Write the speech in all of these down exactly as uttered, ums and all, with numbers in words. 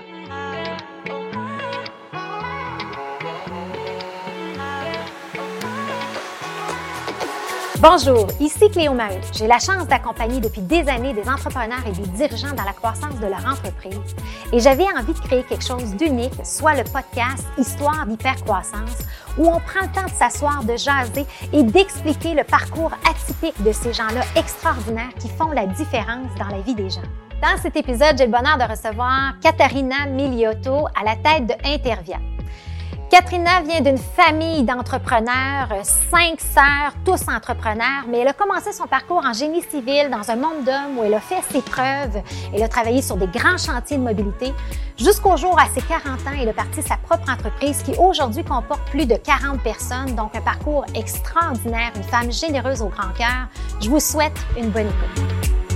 Bonjour, ici Cléo Maheu. J'ai la chance d'accompagner depuis des années des entrepreneurs et des dirigeants dans la croissance de leur entreprise. Et j'avais envie de créer quelque chose d'unique, soit le podcast Histoire d'hypercroissance, où on prend le temps de s'asseoir, de jaser et d'expliquer le parcours atypique de ces gens-là extraordinaires qui font la différence dans la vie des gens. Dans cet épisode, j'ai le bonheur de recevoir Catarina Miliotto à la tête de Intervia. Catarina vient d'une famille d'entrepreneurs, cinq sœurs, tous entrepreneurs, mais elle a commencé son parcours en génie civil dans un monde d'hommes où elle a fait ses preuves. Elle a travaillé sur des grands chantiers de mobilité. Jusqu'au jour, à ses quarante ans, elle a parti sa propre entreprise qui aujourd'hui comporte plus de quarante personnes, donc un parcours extraordinaire, une femme généreuse au grand cœur. Je vous souhaite une bonne écoute.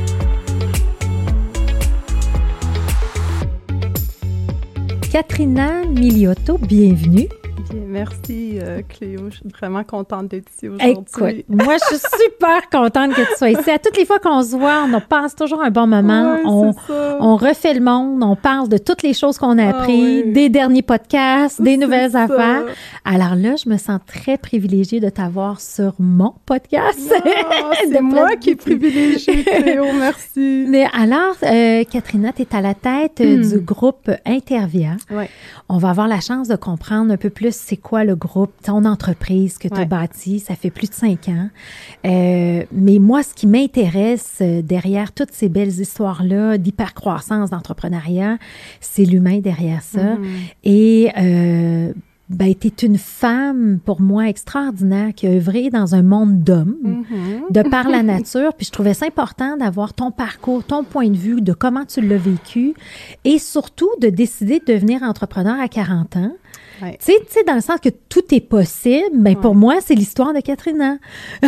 Catarina Miliotto, bienvenue. Bien, merci euh, Cléo, je suis vraiment contente d'être ici aujourd'hui. Écoute, moi je suis super contente que tu sois ici. À toutes les fois qu'on se voit, on passe toujours un bon moment. Ouais, on, ça. on refait le monde, on parle de toutes les choses qu'on a Ah, appris, oui. des derniers podcasts, des C'est nouvelles ça. affaires. Alors là, je me sens très privilégiée de t'avoir sur mon podcast. Ah, c'est De moi plein qui est de- privilégiée, Cléo, merci. Mais alors, euh, Catarina, tu es à la tête euh, Hmm. du groupe Intervia. Ouais. On va avoir la chance de comprendre un peu plus c'est quoi le groupe, ton entreprise que tu as Ouais. bâtie. Ça fait plus de cinq ans. Euh, mais moi, ce qui m'intéresse euh, derrière toutes ces belles histoires-là d'hypercroissance, d'entrepreneuriat, c'est l'humain derrière ça. Mhm. Et euh, ben, tu es une femme, pour moi, extraordinaire qui a œuvré dans un monde d'hommes Mhm. de par la nature. Puis je trouvais ça important d'avoir ton parcours, ton point de vue, de comment tu l'as vécu et surtout de décider de devenir entrepreneur à quarante ans. Ouais. Tu sais, tu sais, dans le sens que tout est possible, ben pour Ouais. moi, c'est l'histoire de Catarina.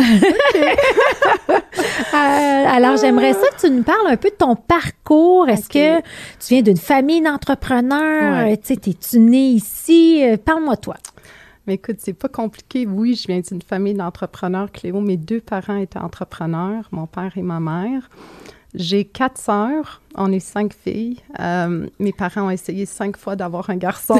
Euh, alors, j'aimerais ça que tu nous parles un peu de ton parcours. Est-ce Ok. que tu viens d'une famille d'entrepreneurs? Ouais. Tu sais, t'es-tu née ici? Euh, Parle-moi de toi. Mais écoute, c'est pas compliqué. Oui, je viens d'une famille d'entrepreneurs, Cléo. Mes deux parents étaient entrepreneurs, mon père et ma mère. J'ai quatre sœurs, on est cinq filles. Euh, mes parents ont essayé cinq fois d'avoir un garçon.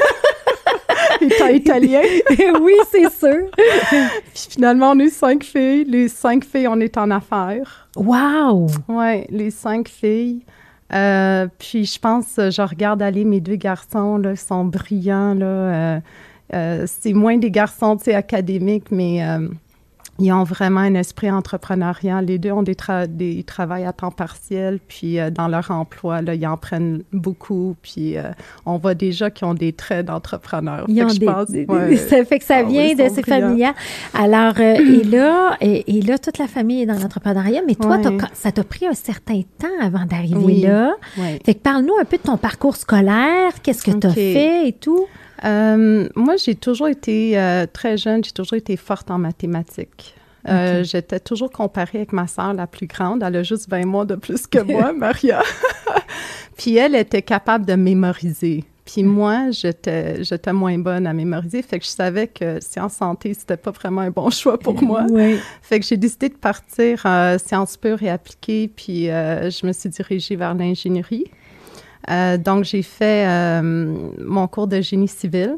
Étant italien. Oui, c'est sûr. Puis finalement, on est cinq filles. Les cinq filles, on est en affaires. Wow! Oui, les cinq filles. Euh, puis je pense, je regarde aller mes deux garçons, là, ils sont brillants, là. Euh, euh, c'est moins des garçons, tu sais, académiques, mais euh, ils ont vraiment un esprit entrepreneurial. Les deux ont des, tra- des ils travaillent à temps partiel, puis euh, dans leur emploi, là, ils en prennent beaucoup, puis euh, on voit déjà qu'ils ont des traits d'entrepreneurs. Ils Fait ont que je des, pense, des- ouais. ça fait que ça Ah vient oui, de ils sont ces brillants. familiales. Alors, euh, et là, et, et là, toute la famille est dans l'entrepreneuriat, mais toi, Ouais. t'as- ça t'a pris un certain temps avant d'arriver Oui. là. Ouais. Fait que parle-nous un peu de ton parcours scolaire, qu'est-ce que tu as Ok. fait et tout. Euh, moi, j'ai toujours été, euh, très jeune, j'ai toujours été forte en mathématiques. Euh, Ok. J'étais toujours comparée avec ma sœur la plus grande. Elle a juste vingt mois de plus que moi, Maria. Puis elle était capable de mémoriser. Puis moi, j'étais, j'étais moins bonne à mémoriser. Fait que je savais que sciences santé, c'était pas vraiment un bon choix pour moi. Oui. Fait que j'ai décidé de partir euh, sciences pures et appliquées. Puis euh, je me suis dirigée vers l'ingénierie. Euh, donc, j'ai fait euh, mon cours de génie civil.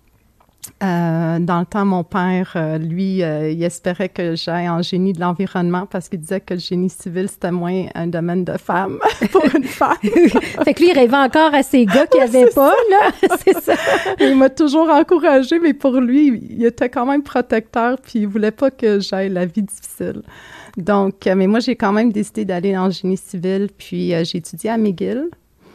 Euh, dans le temps, mon père, euh, lui, euh, il espérait que j'aille en génie de l'environnement parce qu'il disait que le génie civil, c'était moins un domaine de femme pour une femme. Fait que lui, il rêvait encore à ces gars qu'il n'y avait pas, là. C'est ça. Il m'a toujours encouragée, mais pour lui, il était quand même protecteur puis il voulait pas que j'aille la vie difficile. Donc, euh, mais moi, j'ai quand même décidé d'aller en génie civil, puis euh, j'ai étudié à McGill.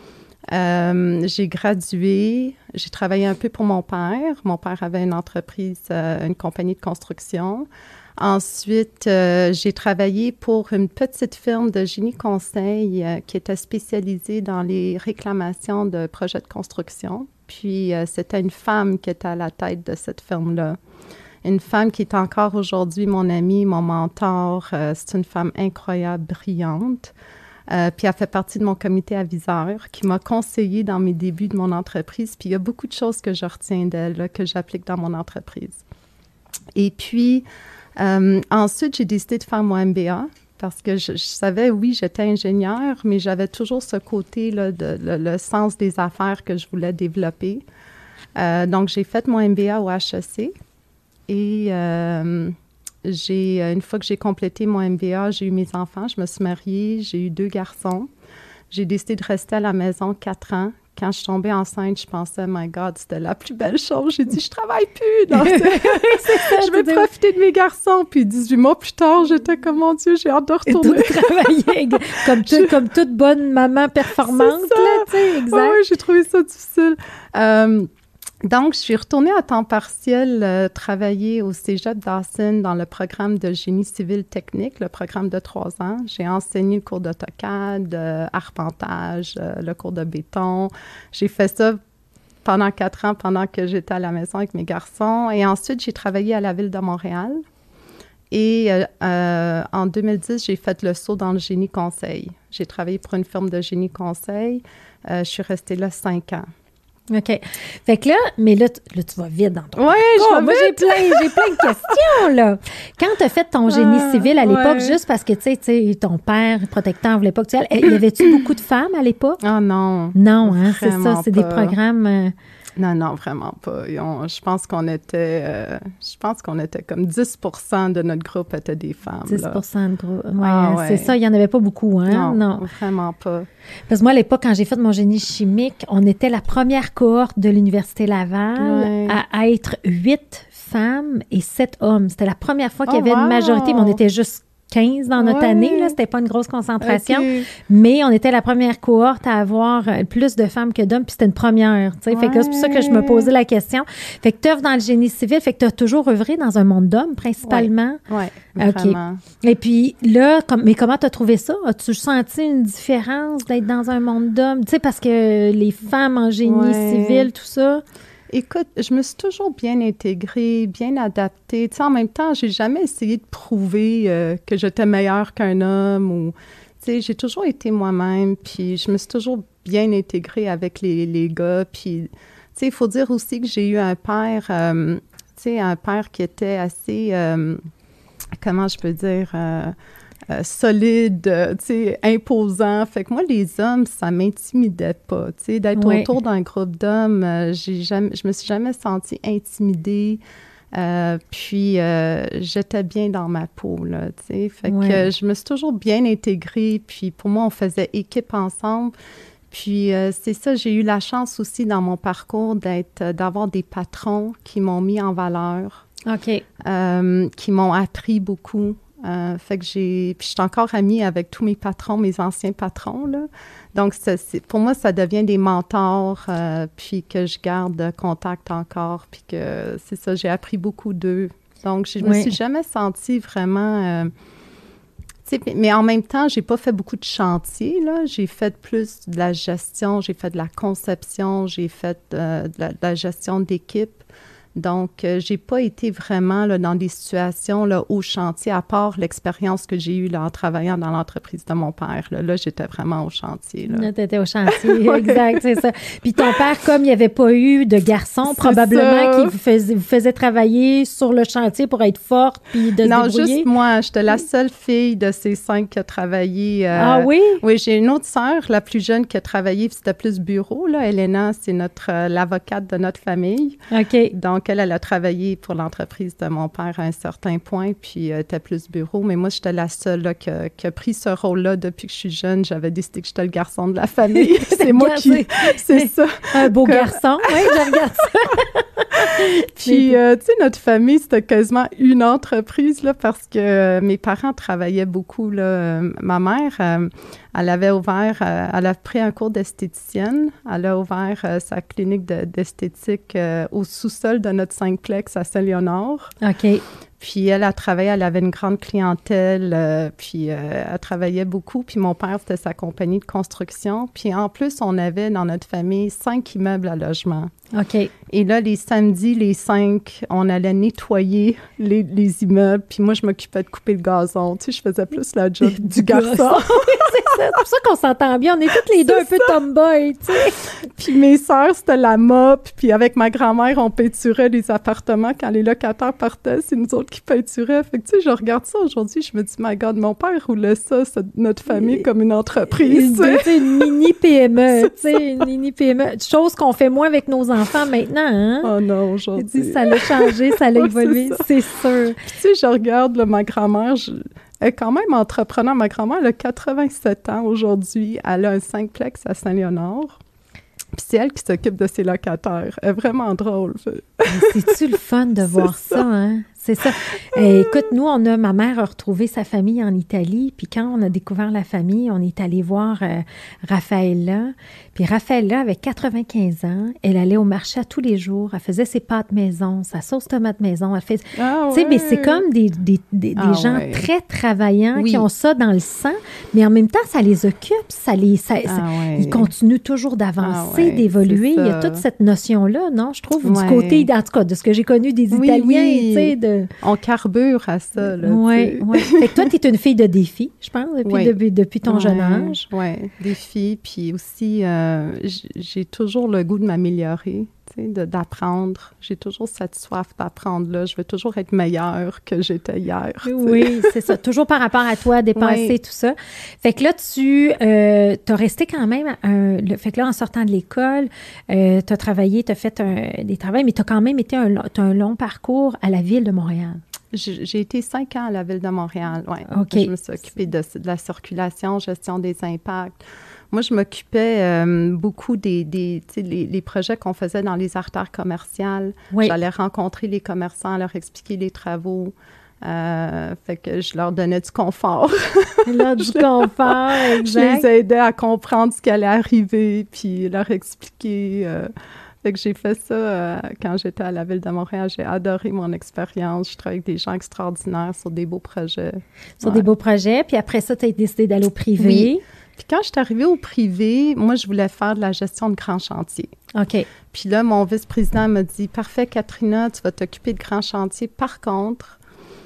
Euh, j'ai gradué, j'ai travaillé un peu pour mon père. Mon père avait une entreprise, euh, une compagnie de construction. Ensuite, euh, j'ai travaillé pour une petite firme de génie conseil euh, qui était spécialisée dans les réclamations de projets de construction. Puis, euh, c'était une femme qui était à la tête de cette firme-là. Une femme qui est encore aujourd'hui mon amie, mon mentor. Euh, c'est une femme incroyable, brillante. Euh, puis elle fait partie de mon comité aviseur qui m'a conseillé dans mes débuts de mon entreprise. Puis il y a beaucoup de choses que je retiens d'elle, là, que j'applique dans mon entreprise. Et puis, euh, ensuite, j'ai décidé de faire mon M B A. parce que je, je savais, oui, j'étais ingénieure, mais j'avais toujours ce côté là, de le, le sens des affaires que je voulais développer. Euh, donc, j'ai fait mon M B A au H E C et euh, j'ai, une fois que j'ai complété mon M B A, j'ai eu mes enfants, je me suis mariée, j'ai eu deux garçons. J'ai décidé de rester à la maison quatre ans. Quand je suis tombée enceinte, je pensais, my God, c'était la plus belle chose. J'ai dit, je travaille plus. Donc, je vais profiter de mes garçons. Puis dix-huit mois plus tard, j'étais comme, mon Dieu, j'ai hâte de retourner. De travailler comme, tout, je... comme toute bonne maman performante, là, tu sais, exact. Oui, j'ai trouvé ça difficile. Euh, Donc, je suis retournée à temps partiel euh, travailler au Cégep Dawson dans le programme de génie civil technique, le programme de trois ans. J'ai enseigné le cours d'AutoCAD, euh, arpentage, euh, le cours de béton. J'ai fait ça pendant quatre ans, pendant que j'étais à la maison avec mes garçons. Et ensuite, j'ai travaillé à la Ville de Montréal. Et euh, euh, en deux mille dix, j'ai fait le saut dans le génie conseil. J'ai travaillé pour une firme de génie conseil. Euh, je suis restée là cinq ans. OK. Fait que là, mais là, tu, là, tu vas vite dans ton Oui, je vais Moi, j'ai plein, j'ai plein de questions, là. Quand tu as fait ton génie ah, civil à l'époque, ouais. juste parce que, tu sais, ton père protecteur voulait pas que tu ailles, y avait-tu beaucoup de femmes à l'époque? Ah non. Non, hein, c'est ça, c'est pas. Des programmes... Euh... Non, non, vraiment pas. On, je pense qu'on était, euh, je pense qu'on était comme dix pour cent de notre groupe étaient des femmes. dix pour cent là. de groupe, ouais, ah, ouais. C'est ça, il n'y en avait pas beaucoup, hein? Non, non, vraiment pas. Parce que moi, à l'époque, quand j'ai fait mon génie chimique, on était la première cohorte de l'Université Laval ouais. à, à être huit femmes et sept hommes. C'était la première fois qu'il y avait oh, wow. une majorité, mais on était juste quinze dans notre ouais. année, là, c'était pas une grosse concentration, okay. mais on était la première cohorte à avoir plus de femmes que d'hommes, puis c'était une première, tu sais, ouais. fait que c'est pour ça que je me posais la question. Fait que tu œuvres dans le génie civil, fait que tu as toujours œuvré dans un monde d'hommes, principalement. Oui, ouais, vraiment. Okay. Et puis là, comme, mais comment tu as trouvé ça? As-tu senti une différence d'être dans un monde d'hommes? Tu sais, parce que les femmes en génie ouais. civil, tout ça... Écoute, je me suis toujours bien intégrée, bien adaptée. Tu sais, en même temps, j'ai jamais essayé de prouver euh, que j'étais meilleure qu'un homme ou... Tu sais, j'ai toujours été moi-même, puis je me suis toujours bien intégrée avec les, les gars. Puis, tu sais, il faut dire aussi que j'ai eu un père, euh, tu sais, un père qui était assez... Euh, comment je peux dire... Euh, Euh, solide, euh, tu sais, imposant. Fait que moi, les hommes, ça m'intimidait pas, tu sais, d'être ouais. autour d'un groupe d'hommes, euh, j'ai jamais, je me suis jamais sentie intimidée. Euh, puis, euh, j'étais bien dans ma peau, là, tu sais. Fait ouais. que euh, je me suis toujours bien intégrée. Puis, pour moi, on faisait équipe ensemble. Puis, euh, c'est ça, j'ai eu la chance aussi dans mon parcours d'être, d'avoir des patrons qui m'ont mis en valeur. OK. Euh, qui m'ont appris beaucoup. Euh, fait que j'ai... Puis je suis encore amie avec tous mes patrons, mes anciens patrons, là. Donc, ça, c'est, pour moi, ça devient des mentors, euh, puis que je garde contact encore, puis que c'est ça, j'ai appris beaucoup d'eux. Donc, je ne oui. me suis jamais sentie vraiment... Euh, tu sais, mais en même temps, j'ai pas fait beaucoup de chantiers, là. J'ai fait plus de la gestion, j'ai fait de la conception, j'ai fait euh, de, la, de la gestion d'équipe. Donc, euh, j'ai pas été vraiment là, dans des situations là, au chantier, à part l'expérience que j'ai eue là, en travaillant dans l'entreprise de mon père. Là, là j'étais vraiment au chantier. Là, là tu étais au chantier, exact, c'est ça. Puis ton père, comme il n'y avait pas eu de garçon, c'est probablement ça. Qu'il vous faisait, vous faisait travailler sur le chantier pour être forte puis de non, se débrouiller. Non, juste moi. J'étais la seule fille de ces cinq qui a travaillé. Euh, ah oui? Oui, j'ai une autre sœur, la plus jeune, qui a travaillé, puis c'était plus bureau. Là. Elena, c'est notre, euh, l'avocate de notre famille. OK. Donc, elle, elle a travaillé pour l'entreprise de mon père à un certain point, puis euh, était plus bureau. Mais moi, j'étais la seule là, qui, a, qui a pris ce rôle-là depuis que je suis jeune. J'avais décidé que j'étais le garçon de la famille. C'est moi qui... C'est ça. Un beau que... garçon. Oui, je regarde ça. Puis, euh, tu sais, notre famille, c'était quasiment une entreprise, là, parce que euh, mes parents travaillaient beaucoup, là. Euh, ma mère, euh, elle avait ouvert, euh, elle a pris un cours d'esthéticienne. Elle a ouvert euh, sa clinique de, d'esthétique euh, au sous-sol de notre cinq-plex à Saint-Léonard. OK. Puis elle a travaillé, elle avait une grande clientèle, euh, puis euh, elle travaillait beaucoup. Puis mon père, c'était sa compagnie de construction. Puis en plus, on avait dans notre famille cinq immeubles à logement. OK. Et là, les samedis, les cinq, on allait nettoyer les, les immeubles. Puis moi, je m'occupais de couper le gazon. Tu sais, je faisais plus la job du garçon. C'est C'est pour ça qu'on s'entend bien. On est toutes les deux un peu tomboy, tu sais. Puis mes sœurs, c'était la mop. Puis avec ma grand-mère, on peinturait les appartements quand les locataires partaient. C'est nous autres qui peinturaient. Fait que, tu sais, je regarde ça aujourd'hui, je me dis, my God, mon père roulait ça, ça notre famille, comme une entreprise. Tu sais, une mini P M E, tu sais, une mini P M E. Chose qu'on fait moins avec nos enfants maintenant, hein? Oh non, aujourd'hui. Ça l'a changé, ça l'a évolué, c'est sûr. Puis, tu sais, je regarde, là, ma grand-mère, je... elle est quand même entrepreneur. Ma grand-mère, elle a quatre-vingt-sept ans aujourd'hui. Elle a un cinq-plex à Saint-Léonard. Puis c'est elle qui s'occupe de ses locataires. Elle est vraiment drôle. C'est-tu le fun de voir ça, ça, hein? C'est ça. Euh, écoute, nous, on a, ma mère a retrouvé sa famille en Italie, puis quand on a découvert la famille, on est allé voir euh, Raffaella. Puis Raffaella avait quatre-vingt-quinze ans, elle allait au marché à tous les jours, elle faisait ses pâtes maison, sa sauce tomate maison, elle fait... Ah, tu sais, ouais. mais c'est comme des, des, des, ah, des gens ouais. très travaillants oui. qui ont ça dans le sang, mais en même temps, ça les occupe, ça les... Ça, ah, ça, ouais. ils continuent toujours d'avancer, ah, ouais, d'évoluer. Il y a toute cette notion-là, non? Je trouve, ouais. du côté, en tout cas, de ce que j'ai connu des oui, Italiens, oui. tu sais, de... On carbure à ça, là. Oui, oui. Fait que toi, tu es une fille de défi, je pense, depuis, ouais. depuis, depuis ton ouais, jeune âge. Oui, défi. Puis aussi, euh, j'ai toujours le goût de m'améliorer, tu sais, de, d'apprendre. J'ai toujours cette soif d'apprendre, là. Je veux toujours être meilleure que j'étais hier. Oui, c'est ça. Toujours par rapport à toi, dépasser oui. tout ça. Fait que là, tu euh, as resté quand même... Un, le, fait que là, en sortant de l'école, euh, tu as travaillé, tu as fait un, des travaux, mais tu as quand même été un, un long parcours à la Ville de Montréal. J'ai été cinq ans à la Ville de Montréal, oui. Okay. Je me suis occupée de, de la circulation, gestion des impacts. Moi, je m'occupais euh, beaucoup des, des tu sais, les, les projets qu'on faisait dans les artères commerciales. Oui. J'allais rencontrer les commerçants, leur expliquer les travaux. Euh, fait que je leur donnais du confort. Là, du confort, exact. Je les aidais à comprendre ce qui allait arriver, puis leur expliquer... Euh, Fait que j'ai fait ça euh, quand j'étais à la Ville de Montréal. J'ai adoré mon expérience. Je travaille avec des gens extraordinaires sur des beaux projets. Sur ouais. des beaux projets. Puis après ça, tu as décidé d'aller au privé. Oui. Puis quand je suis arrivée au privé, moi, je voulais faire de la gestion de grands chantiers. OK. Puis là, mon vice-président m'a dit, « Parfait, Katrina, tu vas t'occuper de grands chantiers. Par contre,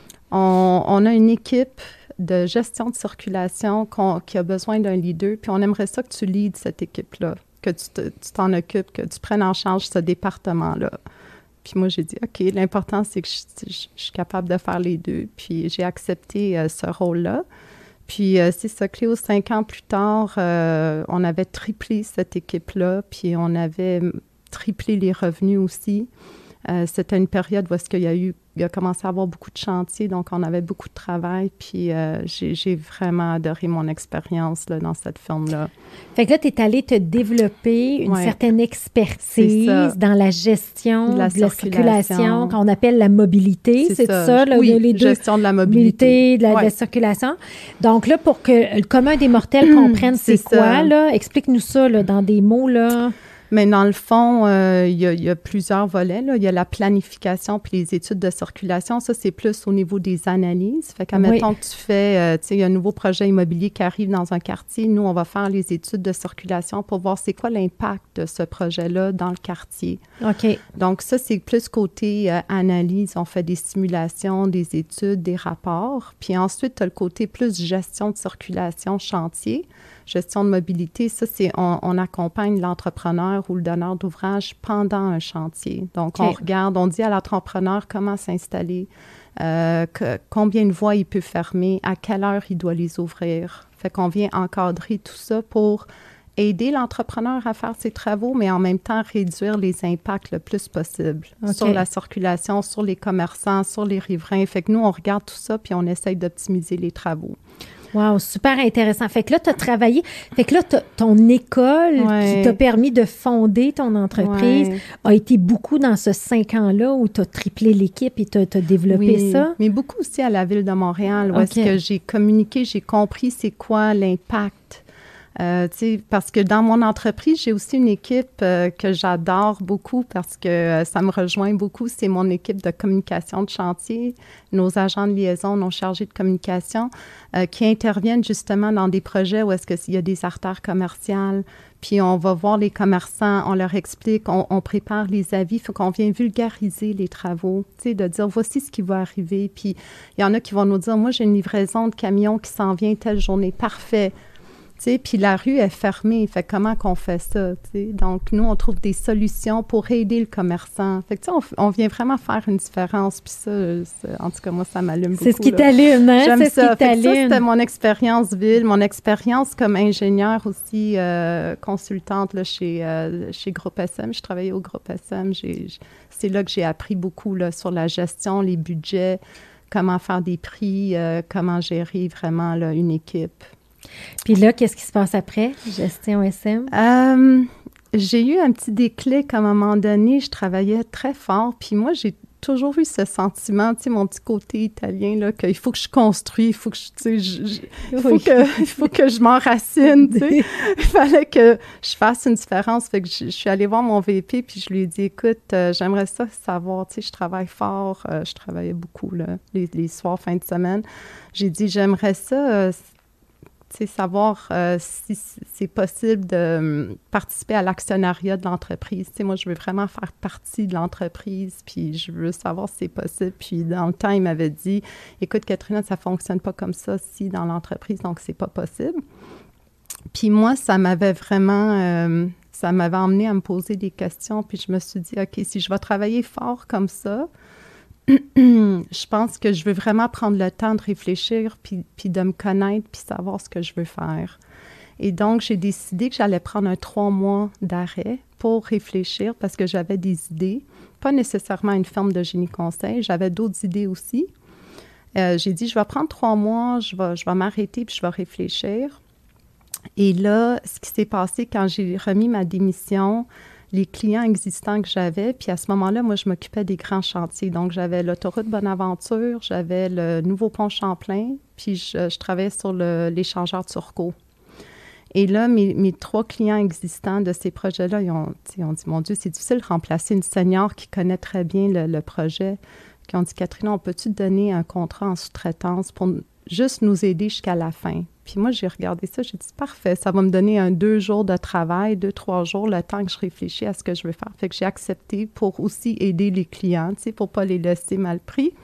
on, on a une équipe de gestion de circulation qu'on, qui a besoin d'un leader, puis on aimerait ça que tu leads cette équipe-là. Que tu, te, tu t'en occupes, que tu prennes en charge ce département-là. » Puis moi, j'ai dit, OK, l'important, c'est que je, je, je suis capable de faire les deux. Puis j'ai accepté euh, ce rôle-là. Puis euh, c'est ça, Cléo, cinq ans plus tard, euh, on avait triplé cette équipe-là, puis on avait triplé les revenus aussi. Euh, c'était une période où est-ce qu'il y a eu, il a commencé à avoir beaucoup de chantiers, donc on avait beaucoup de travail, puis euh, j'ai, j'ai vraiment adoré mon expérience là, dans cette firme-là. Fait que là, tu es allée te développer une ouais. certaine expertise dans la gestion de la, de la circulation, qu'on appelle la mobilité, c'est, c'est ça? ça là, oui, les deux, gestion de la mobilité. De la, ouais. de la circulation. Donc là, pour que le commun des mortels comprenne c'est, c'est quoi, là, explique-nous ça là, dans des mots, là. Mais dans le fond, euh, il y a, il y a plusieurs volets, là. Il y a la planification puis les études de circulation. Ça, c'est plus au niveau des analyses. Fait qu'admettons oui. que tu fais, euh, tu sais, il y a un nouveau projet immobilier qui arrive dans un quartier. Nous, on va faire les études de circulation pour voir c'est quoi l'impact de ce projet-là dans le quartier. OK. Donc, ça, c'est plus côté euh, analyse. On fait des simulations, des études, des rapports. Puis ensuite, tu as le côté plus gestion de circulation, chantier. Gestion de mobilité, ça, c'est on, on accompagne l'entrepreneur ou le donneur d'ouvrage pendant un chantier. Donc, okay. on regarde, on dit à l'entrepreneur comment s'installer, euh, que, combien de voies il peut fermer, à quelle heure il doit les ouvrir. Fait qu'on vient encadrer tout ça pour aider l'entrepreneur à faire ses travaux, mais en même temps réduire les impacts le plus possible okay. sur la circulation, sur les commerçants, sur les riverains. Fait que nous, on regarde tout ça puis on essaye d'optimiser les travaux. Wow, super intéressant. Fait que là, tu as travaillé, fait que là, ton école ouais. qui t'a permis de fonder ton entreprise ouais. a été beaucoup dans ce cinq ans-là où tu as triplé l'équipe et tu as développé oui, ça. Mais beaucoup aussi à la Ville de Montréal où okay. est-ce que j'ai communiqué, j'ai compris c'est quoi l'impact. Euh, parce que dans mon entreprise, j'ai aussi une équipe euh, que j'adore beaucoup parce que euh, ça me rejoint beaucoup. C'est mon équipe de communication de chantier, nos agents de liaison, nos chargés de communication euh, qui interviennent justement dans des projets où est-ce qu'il y a des artères commerciales. Puis on va voir les commerçants, on leur explique, on, on prépare les avis. Il faut qu'on vienne vulgariser les travaux, tu sais, de dire voici ce qui va arriver. Puis il y en a qui vont nous dire, moi j'ai une livraison de camions qui s'en vient telle journée, parfait. sais, puis la rue est fermée. Fait comment qu'on fait ça, tu sais? Donc, nous, on trouve des solutions pour aider le commerçant. Fait que, tu sais, on, on vient vraiment faire une différence. Puis ça, en tout cas, moi, ça m'allume beaucoup. C'est ce qui t'allume, hein? J'aime c'est ça. Ce qui fait que ça, c'était mon expérience ville, mon expérience comme ingénieure aussi, euh, consultante là, chez, euh, chez Groupe S M. Je travaillais au Groupe S M. J'ai, c'est là que j'ai appris beaucoup là, sur la gestion, les budgets, comment faire des prix, euh, comment gérer vraiment là, une équipe. Puis là, qu'est-ce qui se passe après, gestion S M? Euh, j'ai eu un petit déclic à un moment donné. Je travaillais très fort. Puis moi, j'ai toujours eu ce sentiment, tu sais, mon petit côté italien, là, qu'il faut que je construise, il faut que je, tu sais, je, je, il faut, oui. que, il faut que je m'enracine, tu sais. Il fallait que je fasse une différence. Fait que je, je suis allée voir mon V P, puis je lui ai dit, écoute, euh, j'aimerais ça savoir, tu sais, je travaille fort, euh, je travaillais beaucoup, là, les, les soirs, fin de semaine. J'ai dit, j'aimerais ça... Euh, c'est savoir euh, si c'est possible de euh, participer à l'actionnariat de l'entreprise. Tu sais, moi, je veux vraiment faire partie de l'entreprise, puis je veux savoir si c'est possible. Puis dans le temps, il m'avait dit, écoute, Catherine, ça ne fonctionne pas comme ça si dans l'entreprise, donc c'est pas possible. Puis moi, ça m'avait vraiment, euh, ça m'avait emmené à me poser des questions, puis je me suis dit, OK, si je vais travailler fort comme ça, je pense que je veux vraiment prendre le temps de réfléchir, puis, puis de me connaître, puis savoir ce que je veux faire. Et donc, j'ai décidé que j'allais prendre un trois mois d'arrêt pour réfléchir parce que j'avais des idées, pas nécessairement une firme de génie conseil, j'avais d'autres idées aussi. Euh, j'ai dit, je vais prendre trois mois, je vais, je vais m'arrêter, puis je vais réfléchir. Et là, ce qui s'est passé quand j'ai remis ma démission, les clients existants que j'avais. Puis à ce moment-là, moi, je m'occupais des grands chantiers. Donc, j'avais l'autoroute Bonaventure, j'avais le nouveau pont Champlain, puis je, je travaillais sur le, l'échangeur Turcot. Et là, mes, mes trois clients existants de ces projets-là, ils ont, ils ont dit, mon Dieu, c'est difficile de remplacer une senior qui connaît très bien le, le projet. Qui ont dit, Catherine, on peut-tu te donner un contrat en sous-traitance pour juste nous aider jusqu'à la fin? Puis moi, j'ai regardé ça, j'ai dit, parfait, ça va me donner un deux jours de travail, deux, trois jours, le temps que je réfléchis à ce que je veux faire. Fait que j'ai accepté pour aussi aider les clients, tu sais, pour pas les laisser mal pris.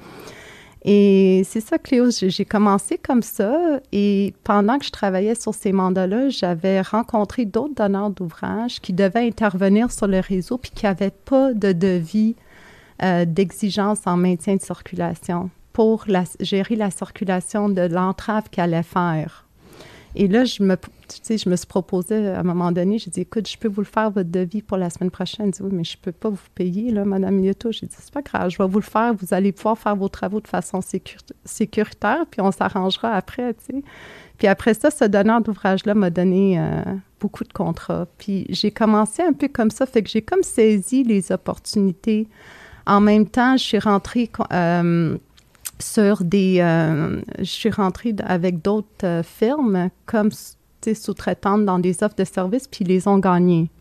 Et c'est ça, Cléo, j'ai, j'ai commencé comme ça. Et pendant que je travaillais sur ces mandats-là, j'avais rencontré d'autres donneurs d'ouvrages qui devaient intervenir sur le réseau puis qui n'avaient pas de devis euh, d'exigence en maintien de circulation pour la, gérer la circulation de l'entrave qu'ils allaient faire. Et là, je me, tu sais, je me suis proposé à un moment donné, j'ai dit, écoute, je peux vous le faire, votre devis pour la semaine prochaine. Elle dit, oui, mais je ne peux pas vous payer, là, Mme Mignotto. J'ai dit, c'est pas grave, je vais vous le faire, vous allez pouvoir faire vos travaux de façon sécur- sécuritaire, puis on s'arrangera après, tu sais. Puis après ça, ce donneur d'ouvrage-là m'a donné euh, beaucoup de contrats. Puis j'ai commencé un peu comme ça, fait que j'ai comme saisi les opportunités. En même temps, je suis rentrée... Euh, sur des... Euh, je suis rentrée avec d'autres euh, firmes comme sous-traitantes dans des offres de services, puis ils les ont gagnées.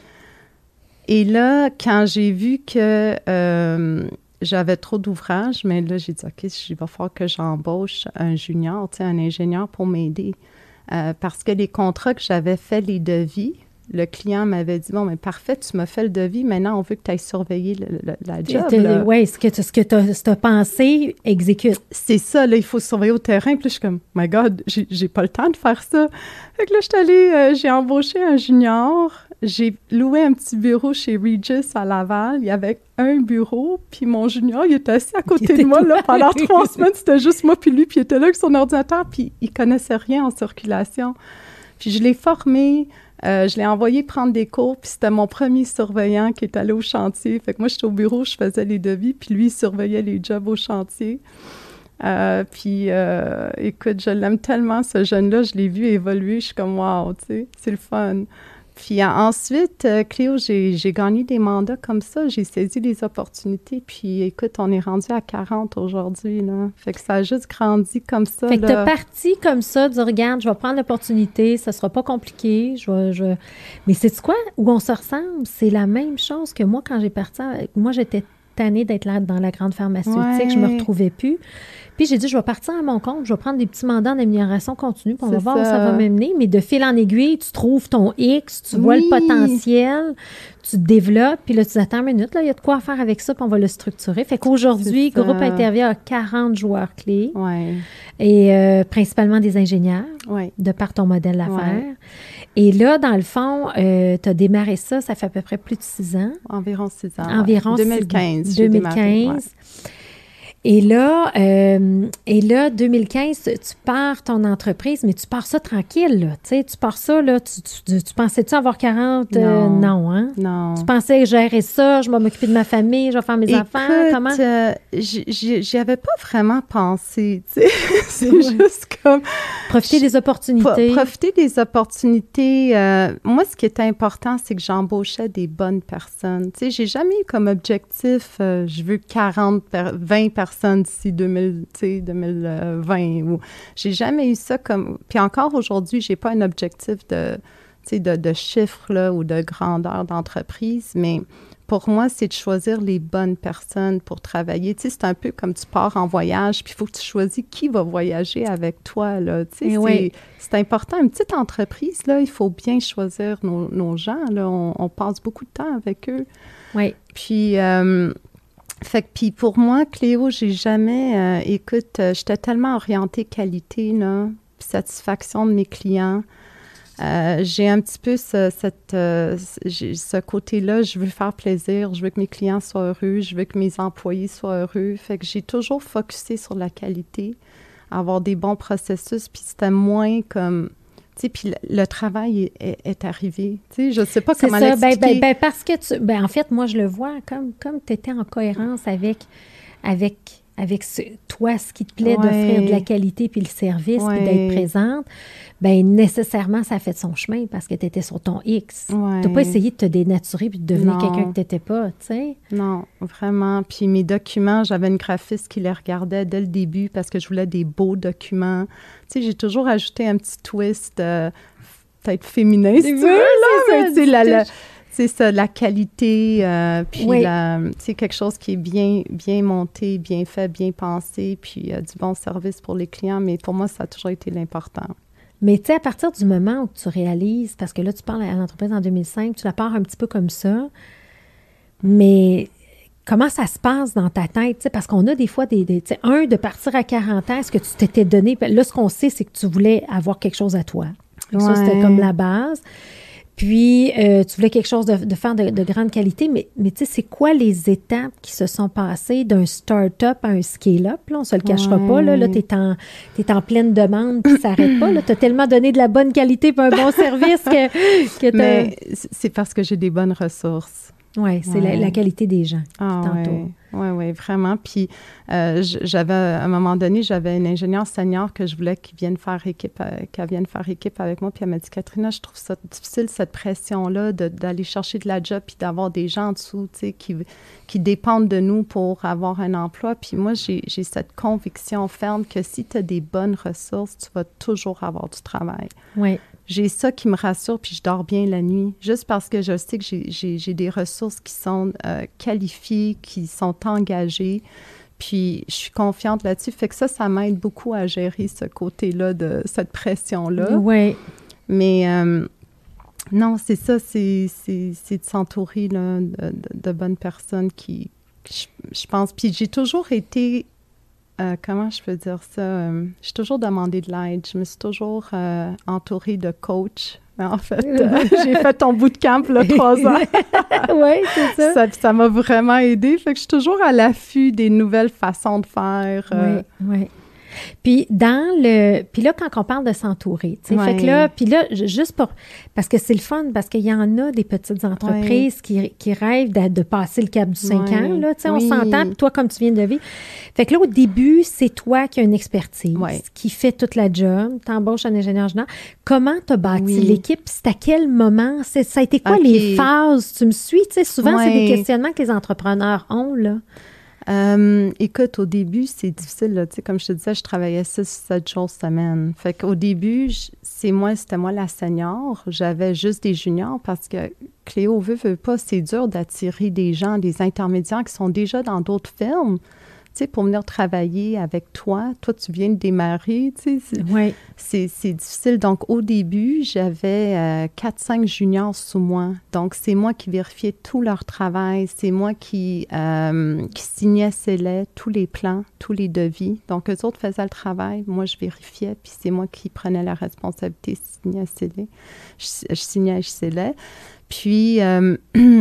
Et là, quand j'ai vu que euh, j'avais trop d'ouvrages, mais là, j'ai dit, OK, il va falloir que j'embauche un junior, un ingénieur pour m'aider. Euh, parce que les contrats que j'avais fait, les devis, le client m'avait dit, bon, mais parfait, tu m'as fait le devis, maintenant, on veut que tu ailles surveiller le, le, la job. Oui, ce que tu as pensé, exécute. C'est ça, là, il faut surveiller au terrain. Puis là, je suis comme, my God, j'ai, j'ai pas le temps de faire ça. Fait que là, je suis allée, euh, j'ai embauché un junior, j'ai loué un petit bureau chez Regis à Laval. Il y avait un bureau, puis mon junior, il était assis à côté de moi, là, pendant trois semaines, c'était juste moi puis lui, puis il était là avec son ordinateur, puis il connaissait rien en circulation. Puis je l'ai formé. Euh, je l'ai envoyé prendre des cours, puis c'était mon premier surveillant qui est allé au chantier. Fait que moi, j'étais au bureau, je faisais les devis, puis lui, il surveillait les jobs au chantier. Euh, puis, euh, écoute, je l'aime tellement, ce jeune-là. Je l'ai vu évoluer. Je suis comme, wow, tu sais, c'est le fun. Puis ensuite, euh, Cléo, j'ai, j'ai gagné des mandats comme ça. J'ai saisi les opportunités. Puis, écoute, on est rendu à quarante aujourd'hui, là. Fait que ça a juste grandi comme ça. Fait que t'es parti comme ça, de regarde, je vais prendre l'opportunité, ça sera pas compliqué. Je vais, je... Mais sais-tu quoi? Où on se ressemble, c'est la même chose que moi quand j'ai parti. Avec... Moi, j'étais tannée d'être là dans la grande pharmaceutique. Ouais. Je me retrouvais plus. Puis j'ai dit, je vais partir à mon compte, je vais prendre des petits mandats d'amélioration continue, puis on C'est va voir où ça. ça va m'amener. Mais de fil en aiguille, tu trouves ton X, tu vois Oui. le potentiel, tu te développes, puis là, tu dis, attends une minute, là, il y a de quoi faire avec ça, puis on va le structurer. Fait qu'aujourd'hui, C'est ça. Groupe Intervia a quarante joueurs clés, Ouais. et euh, principalement des ingénieurs, Ouais. de par ton modèle d'affaires. Ouais. Et là, dans le fond, euh, tu as démarré ça, ça fait à peu près plus de six ans. Environ six ans. Environ ouais. deux mille quinze. j'ai démarré, ouais. Et là, euh, et là, deux mille quinze, tu, tu pars ton entreprise, mais tu pars ça tranquille, là. Tu sais, tu pars ça, là. Tu, tu, tu pensais-tu avoir quarante? Euh, Non. non, hein? Non. Tu pensais gérer ça, je vais m'occuper de ma famille, je vais faire mes Écoute, affaires, comment? euh, j- j- j'y avais pas vraiment pensé, tu sais. C'est Ouais. juste comme... Profiter des opportunités. Pro- profiter des opportunités. euh, moi, ce qui était important, c'est que j'embauchais des bonnes personnes. Tu sais, j'ai jamais eu comme objectif, euh, je veux quarante, per- vingt personnes d'ici deux mille, tu sais, deux mille vingt. Ou, j'ai jamais eu ça comme... Puis encore aujourd'hui, j'ai pas un objectif de, tu sais, de, de chiffres là, ou de grandeur d'entreprise, mais pour moi, c'est de choisir les bonnes personnes pour travailler. Tu sais, c'est un peu comme tu pars en voyage, puis il faut que tu choisis qui va voyager avec toi, là. Tu sais, c'est, oui. c'est important. Une petite entreprise, là, il faut bien choisir nos, nos gens, là. On, on passe beaucoup de temps avec eux. Oui. Puis, euh, fait que, puis pour moi, Cléo, j'ai jamais... euh, écoute, euh, j'étais tellement orientée qualité, là, puis satisfaction de mes clients. Euh, j'ai un petit peu ce, cette, euh, j'ai ce côté-là, je veux faire plaisir, je veux que mes clients soient heureux, je veux que mes employés soient heureux. Fait que j'ai toujours focusé sur la qualité, avoir des bons processus, puis c'était moins comme... Tu sais, puis le, le travail est, est, est arrivé. Tu sais, je sais pas C'est comment ça. l'expliquer. Ben, ben, ben, parce que tu... Ben, en fait, moi, je le vois comme, comme tu étais en cohérence avec... avec avec ce, toi, ce qui te plaît Ouais. d'offrir de la qualité puis le service Ouais. puis d'être présente, bien, nécessairement, ça a fait son chemin parce que tu étais sur ton X. Ouais. Tu n'as pas essayé de te dénaturer puis de devenir Non. quelqu'un que tu n'étais pas, tu sais. Non, vraiment. Puis mes documents, j'avais une graphiste qui les regardait dès le début parce que je voulais des beaux documents. Tu sais, j'ai toujours ajouté un petit twist, euh, peut-être féminin, si tu veux, là, mais tu sais, la, la, c'est ça, la qualité, euh, puis Oui. la, c'est quelque chose qui est bien, bien monté, bien fait, bien pensé, puis euh, du bon service pour les clients. Mais pour moi, ça a toujours été l'important. Mais tu sais, à partir du moment où tu réalises, parce que là, tu parles à l'entreprise en deux mille cinq, tu la pars un petit peu comme ça, mais comment ça se passe dans ta tête? Tu sais, parce qu'on a des fois des... des tu sais, un, de partir à quarante ans, est-ce que tu t'étais donné... Là, ce qu'on sait, c'est que tu voulais avoir quelque chose à toi. Donc, ça, c'était Ouais. comme la base. Puis, euh, tu voulais quelque chose de, de faire de, de grande qualité, mais, mais tu sais, c'est quoi les étapes qui se sont passées d'un start-up à un scale-up? Là, on ne se le cachera Ouais. pas. Là, là tu es en, t'es en pleine demande, puis ça n'arrête pas. Tu as tellement donné de la bonne qualité et un bon service que, que tu Mais c'est parce que j'ai des bonnes ressources. Oui, c'est Ouais. la, la qualité des gens qui Ah t'entourent. oui, oui, vraiment. Puis, euh, j- j'avais, à un moment donné, j'avais une ingénieure senior que je voulais qu'elle vienne faire équipe, euh, qu'elle vienne faire équipe avec moi. Puis elle m'a dit, Katrina, je trouve ça difficile, cette pression-là, de, d'aller chercher de la job puis d'avoir des gens en dessous, tu sais, qui, qui dépendent de nous pour avoir un emploi. Puis moi, j'ai, j'ai cette conviction ferme que si tu as des bonnes ressources, tu vas toujours avoir du travail. Oui. J'ai ça qui me rassure, puis je dors bien la nuit, juste parce que je sais que j'ai, j'ai, j'ai des ressources qui sont euh, qualifiées, qui sont engagées, puis je suis confiante là-dessus. Fait que ça, ça m'aide beaucoup à gérer ce côté-là, de cette pression-là. Oui. Mais euh, non, c'est ça, c'est, c'est, c'est de s'entourer là, de, de, de bonnes personnes qui, je, je pense. Puis j'ai toujours été... Euh, comment je peux dire ça? Euh, j'ai toujours demandé de l'aide. Je me suis toujours euh, entourée de coachs. En fait, euh, j'ai fait ton bootcamp, là, trois ans. Oui, c'est ça. ça. Ça m'a vraiment aidée. Fait que je suis toujours à l'affût des nouvelles façons de faire. euh, Oui, oui. Puis dans le... Puis là, quand on parle de s'entourer, tu sais, Ouais. fait que là, puis là, j- juste pour... Parce que c'est le fun, parce qu'il y en a des petites entreprises qui, qui rêvent de, de passer le cap du cinq Ouais. ans, là, tu sais, on Oui. s'entend, puis toi, comme tu viens de vivre. Fait que là, au début, c'est toi qui as une expertise, Ouais. qui fait toute la job, t'embauches un ingénieur général. Comment t'as bâti Oui. l'équipe? C'est à quel moment? C'est, ça a été quoi OK. les phases? Tu me suis? Tu sais, souvent, c'est des Ouais. questionnements que les entrepreneurs ont, là. Euh, écoute, au début, c'est difficile. Là. Tu sais, comme je te disais, je travaillais six, sept jours semaine. Fait qu'au début, je, c'est moi, c'était moi la senior. J'avais juste des juniors parce que Cléo veut, veut pas. C'est dur d'attirer des gens, des intermédiaires qui sont déjà dans d'autres films. Tu sais, pour venir travailler avec toi. Toi, tu viens de démarrer, tu sais. C'est, oui. c'est, c'est difficile. Donc, au début, j'avais euh, quatre cinq juniors sous moi. Donc, c'est moi qui vérifiais tout leur travail. C'est moi qui, euh, qui signais scellais tous les plans, tous les devis. Donc, eux autres faisaient le travail. Moi, je vérifiais, puis c'est moi qui prenais la responsabilité, signais scellais. Je, je signais, je scellais. Puis... Euh,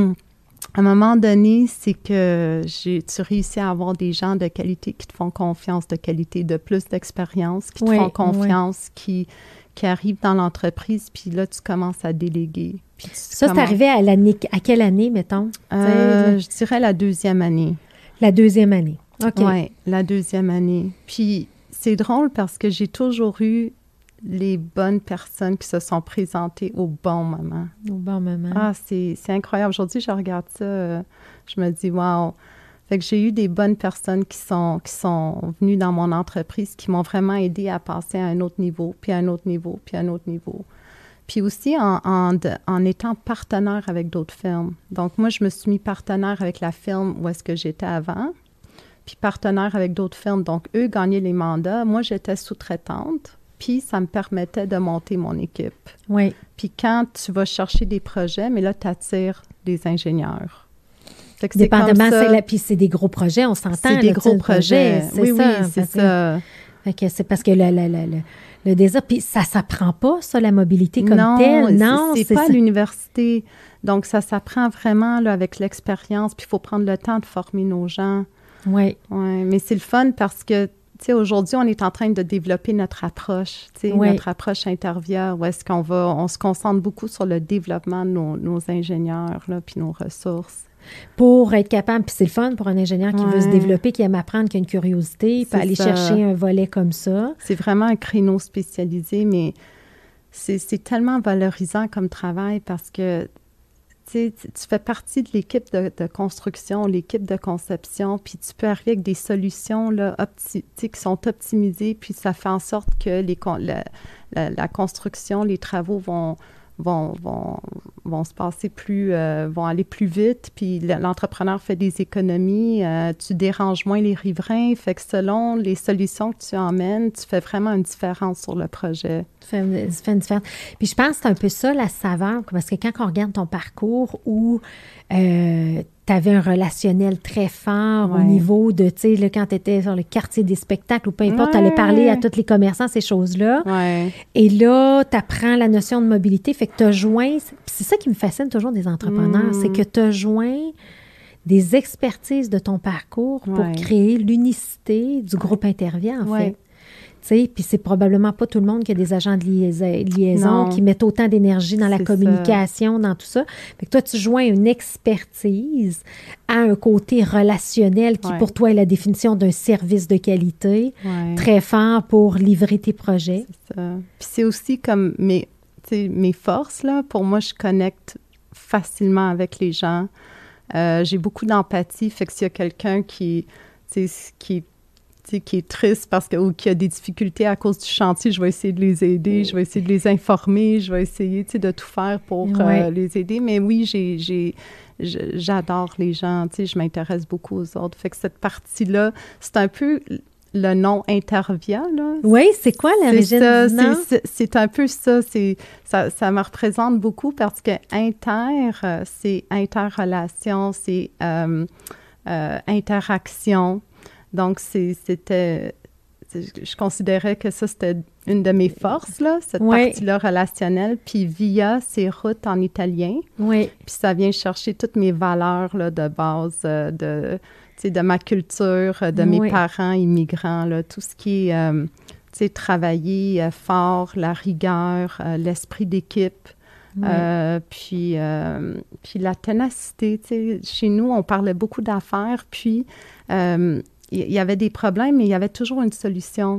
à un moment donné, c'est que j'ai, tu réussis à avoir des gens de qualité qui te font confiance, de qualité, de plus d'expérience, qui te oui, font confiance, oui. qui, qui arrivent dans l'entreprise, puis là, tu commences à déléguer. Puis ça, commences... c'est arrivé à, l'année, à quelle année, mettons? Euh, je dirais la deuxième année. La deuxième année, OK. Oui, la deuxième année. Puis c'est drôle parce que j'ai toujours eu les bonnes personnes qui se sont présentées au bon moment. Au bon moment. Ah, c'est, c'est incroyable. Aujourd'hui, je regarde ça, euh, je me dis, wow! Fait que j'ai eu des bonnes personnes qui sont, qui sont venues dans mon entreprise, qui m'ont vraiment aidé à passer à un autre niveau, puis à un autre niveau, puis à un autre niveau. Puis aussi en, en, de, en étant partenaire avec d'autres firmes. Donc, moi, je me suis mis partenaire avec la firme où est-ce que j'étais avant, puis partenaire avec d'autres firmes. Donc, eux gagnaient les mandats. Moi, j'étais sous-traitante. Puis, ça me permettait de monter mon équipe. Oui. Puis, quand tu vas chercher des projets, mais là, tu attires des ingénieurs. Fait que dépendamment, c'est, comme ça, c'est la, puis c'est des gros projets, on s'entend. C'est des là, gros projets. projets. C'est oui, ça, oui, c'est ça. Que, fait que c'est parce que le, le, le, le, le désir, puis ça ne s'apprend pas, ça, la mobilité comme non, telle. Non, c'est, c'est, c'est pas ça. À l'université. Donc, ça s'apprend vraiment là, avec l'expérience. Puis, il faut prendre le temps de former nos gens. Oui. Oui, mais c'est le fun parce que T'sais, aujourd'hui, on est en train de développer notre approche, oui. notre approche interviewer, où est-ce qu'on va, on se concentre beaucoup sur le développement de nos, nos ingénieurs, là, puis nos ressources. Pour être capable, puis c'est le fun pour un ingénieur qui ouais. veut se développer, qui aime apprendre, qui a une curiosité, puis aller ça. chercher un volet comme ça. C'est vraiment un créneau spécialisé, mais c'est, c'est tellement valorisant comme travail parce que tu fais partie de l'équipe de, de construction, l'équipe de conception, puis tu peux arriver avec des solutions là, opti- qui sont optimisées, puis ça fait en sorte que les, la, la, la construction, les travaux vont, vont, vont, vont se passer plus, euh, vont aller plus vite, puis l'entrepreneur fait des économies, euh, tu déranges moins les riverains, fait que selon les solutions que tu emmènes, tu fais vraiment une différence sur le projet. Tu fais, tu fais une différence. Puis je pense que c'est un peu ça la saveur, parce que quand on regarde ton parcours où euh, tu avais un relationnel très fort ouais. au niveau de, tu sais, quand tu étais sur le quartier des spectacles ou peu importe, ouais. tu allais parler à tous les commerçants, ces choses-là. Ouais. Et là, tu apprends la notion de mobilité, fait que tu as joint, c'est ça qui me fascine toujours des entrepreneurs, mmh. c'est que tu as joint des expertises de ton parcours pour ouais. créer l'unicité du groupe Intervia, en ouais. fait. Puis c'est probablement pas tout le monde qui a des agents de liaison, liaison qui mettent autant d'énergie dans la c'est communication, ça. Dans tout ça. Fait que toi, tu joins une expertise à un côté relationnel qui, ouais. pour toi, est la définition d'un service de qualité ouais. très fort pour livrer tes projets. C'est ça. Puis c'est aussi comme mes, mes forces, là. Pour moi, je connecte facilement avec les gens. Euh, j'ai beaucoup d'empathie. Fait que s'il y a quelqu'un qui, qui qui est triste parce que, ou qui a des difficultés à cause du chantier, je vais essayer de les aider, je vais essayer de les informer, je vais essayer de tout faire pour oui. euh, les aider. Mais oui, j'ai, j'ai, j'adore les gens, je m'intéresse beaucoup aux autres. Fait que cette partie-là, c'est un peu le nom Intervia, là. Oui, c'est quoi l'origine du nom? C'est, c'est, c'est un peu ça, c'est, ça, ça me représente beaucoup parce que inter, c'est interrelation, c'est euh, euh, interaction. Donc, c'est, c'était, je considérais que ça, c'était une de mes forces, là, cette oui. partie-là relationnelle. Puis via, c'est route en italien. Oui. Puis ça vient chercher toutes mes valeurs là, de base, euh, de, tu sais, de ma culture, de oui. mes parents immigrants, là, tout ce qui est, euh, tu sais, travailler euh, fort, la rigueur, euh, l'esprit d'équipe. Oui. Euh, puis, euh, puis la ténacité, tu sais, chez nous, on parlait beaucoup d'affaires, puis... Euh, il y avait des problèmes, mais il y avait toujours une solution.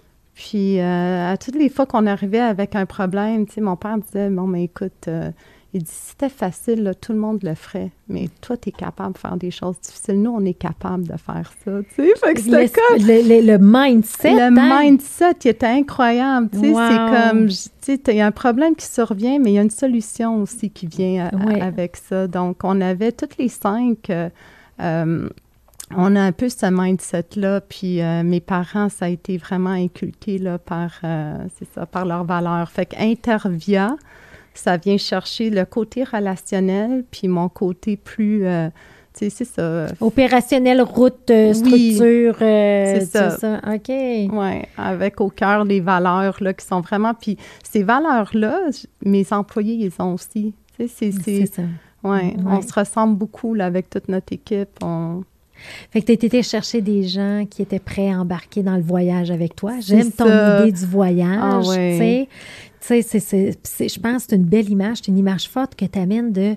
Puis, euh, à toutes les fois qu'on arrivait avec un problème, tu sais, mon père disait, bon, mais écoute, euh, Il dit, si c'était facile, là, tout le monde le ferait. Mais toi, tu es capable de faire des choses difficiles. Nous, on est capable de faire ça, tu sais. Fait que c'était comme... Le, le, le mindset, Le hein? mindset, il était incroyable, tu sais. Wow. C'est comme, tu sais, il y a un problème qui survient, mais il y a une solution aussi qui vient à, ouais. à, avec ça. Donc, on avait toutes les cinq... Euh, euh, on a un peu ce mindset-là, puis euh, mes parents, ça a été vraiment inculqué, là, par, euh, c'est ça, par leurs valeurs. Fait qu'Intervia, ça vient chercher le côté relationnel, puis mon côté plus, euh, tu sais, c'est ça. Opérationnel, route, euh, structure. Oui, euh, c'est ça. ça. OK. Oui, avec au cœur les valeurs, là, qui sont vraiment... Puis ces valeurs-là, mes employés, ils ont aussi. Tu sais, c'est... C'est, c'est ça. Oui, ouais. On se ressemble beaucoup, là, avec toute notre équipe. On... Fait que tu as été chercher des gens qui étaient prêts à embarquer dans le voyage avec toi. J'aime c'est ton ça. idée du voyage, ah, ouais. tu sais. Tu sais, c'est, c'est, c'est, je pense que c'est une belle image, c'est une image forte que tu amènes de...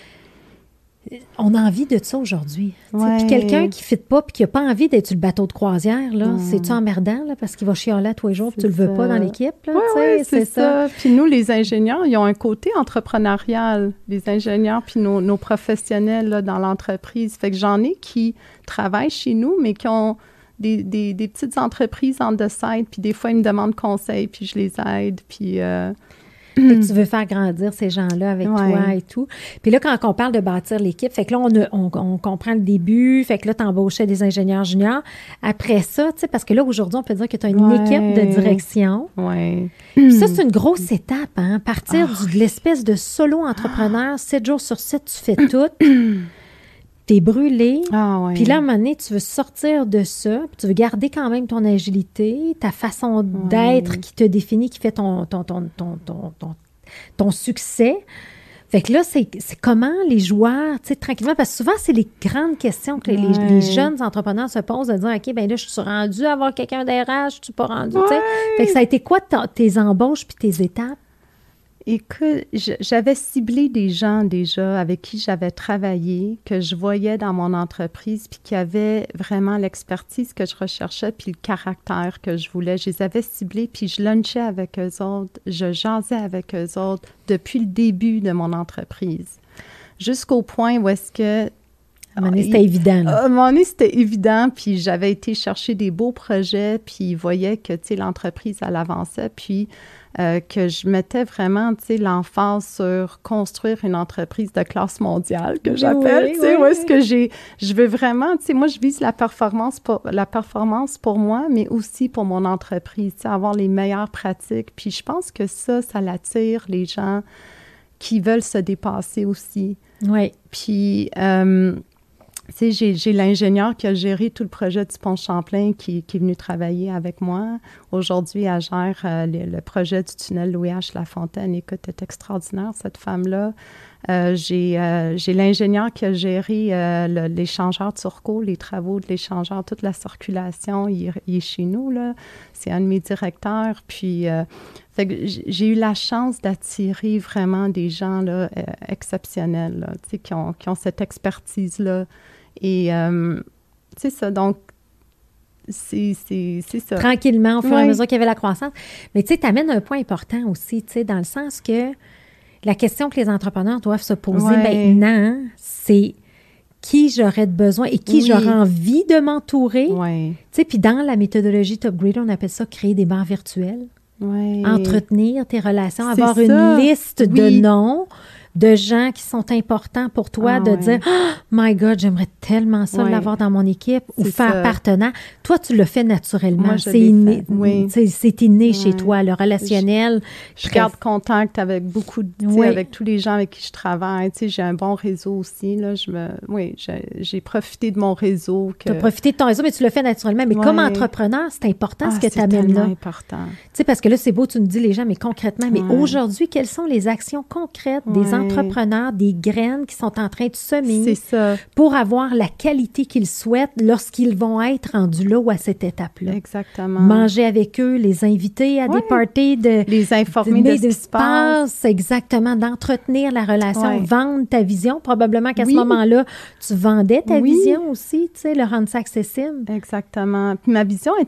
On a envie de ça aujourd'hui. Ouais. Puis quelqu'un qui ne fit pas puis qui n'a pas envie d'être sur le bateau de croisière, là, mm. c'est-tu emmerdant là, parce qu'il va chialer tous les jours puis tu ne le veux pas dans l'équipe? Oui, ouais, c'est, c'est ça. ça. Puis nous, les ingénieurs, ils ont un côté entrepreneurial. Les ingénieurs puis nos, nos professionnels là, dans l'entreprise. Fait que j'en ai qui travaillent chez nous, mais qui ont des, des, des petites entreprises en the side. Puis des fois, ils me demandent conseil puis je les aide. Puis... Euh, Fait que tu veux faire grandir ces gens-là avec ouais. toi et tout. Puis là, quand on parle de bâtir l'équipe, fait que là, on, a, on, on comprend le début, fait que là, tu embauchais des ingénieurs juniors. Après ça, tu sais, parce que là, aujourd'hui, on peut dire que tu as une ouais. équipe de direction. Oui. Puis ça, c'est une grosse étape, hein. Partir oh. du, de l'espèce de solo-entrepreneur, sept jours sur sept, tu fais tout. T'es brûlé, ah, ouais. puis là, à un moment donné, tu veux sortir de ça, puis tu veux garder quand même ton agilité, ta façon ouais. d'être qui te définit, qui fait ton, ton, ton, ton, ton, ton, ton succès. Fait que là, c'est, c'est comment les joueurs, tu sais, tranquillement, parce que souvent, c'est les grandes questions que ouais. les, les jeunes entrepreneurs se posent, de dire, OK, bien là, je suis rendu à avoir quelqu'un d'R H, je suis pas rendu, ouais. tu sais. Fait que ça a été quoi ta, tes embauches puis tes étapes? Écoute, j'avais ciblé des gens déjà avec qui j'avais travaillé, que je voyais dans mon entreprise, puis qui avaient vraiment l'expertise que je recherchais, puis le caractère que je voulais. Je les avais ciblés, puis je lunchais avec eux autres, je jasais avec eux autres depuis le début de mon entreprise, jusqu'au point où est-ce que... À un moment donné, c'était il, évident. Là. À un moment donné, c'était évident, puis j'avais été chercher des beaux projets, puis ils voyaient que, tu sais, l'entreprise, elle avançait, puis... Euh, que je mettais vraiment, tu sais, l'emphase sur construire une entreprise de classe mondiale, que j'appelle, tu sais, où est-ce que j'ai... Je veux vraiment, tu sais, moi, je vise la performance, pour, la performance pour moi, mais aussi pour mon entreprise, tu sais, avoir les meilleures pratiques. Puis je pense que ça, ça l'attire les gens qui veulent se dépasser aussi. Oui. Puis... Euh, Tu sais, j'ai, j'ai l'ingénieur qui a géré tout le projet du pont Champlain qui, qui est venu travailler avec moi. Aujourd'hui, elle gère euh, le, le projet du tunnel Louis H. Lafontaine. Écoute, elle est extraordinaire, cette femme-là. Euh, j'ai, euh, j'ai l'ingénieur qui a géré euh, le, l'échangeur Turco, les travaux de l'échangeur, toute la circulation. Il, il est chez nous, là. C'est un de mes directeurs. Puis, euh, fait que j'ai eu la chance d'attirer vraiment des gens là, euh, exceptionnels, là, tu sais, qui ont, qui ont cette expertise-là. Et euh, c'est ça, donc, c'est, c'est, c'est ça. Tranquillement, au fur et ouais. à mesure qu'il y avait la croissance. Mais tu sais, tu amènes un point important aussi, tu sais, dans le sens que la question que les entrepreneurs doivent se poser ouais. maintenant, c'est qui j'aurais de besoin et qui oui. j'aurais envie de m'entourer. Ouais. Tu sais, puis dans la méthodologie Top Grader, on appelle ça créer des bancs virtuels. Ouais. Entretenir tes relations, c'est avoir ça. une liste oui. de noms de gens qui sont importants pour toi, ah, de ouais. dire oh, « My God, j'aimerais tellement ça ouais. l'avoir dans mon équipe » ou faire ça. Partenaire. Toi, tu le fais naturellement. Moi, je c'est, inné, oui. c'est, c'est inné ouais. chez toi, le relationnel. Je, je garde contact avec beaucoup, de, oui. avec tous les gens avec qui je travaille. Tu sais, j'ai un bon réseau aussi. Là, je me, oui, j'ai, j'ai profité de mon réseau. Que... Tu as profité de ton réseau, mais tu le fais naturellement. Mais ouais. comme entrepreneur, c'est important ah, ce que tu amènes là. C'est important. Tu sais, parce que là, c'est beau, tu nous dis les gens, mais concrètement, mais ouais. aujourd'hui, quelles sont les actions concrètes ouais. des entrepreneurs, des graines qui sont en train de semer c'est ça. Pour avoir la qualité qu'ils souhaitent lorsqu'ils vont être rendus là ou à cette étape-là. Exactement. Manger avec eux, les inviter à ouais. des parties, de, les informer de, de, de ce qui se passe. Exactement, d'entretenir la relation, ouais. vendre ta vision. Probablement qu'à oui. ce moment-là, tu vendais ta oui. vision aussi, tu sais, le rendre ça accessible. Exactement. Puis ma vision était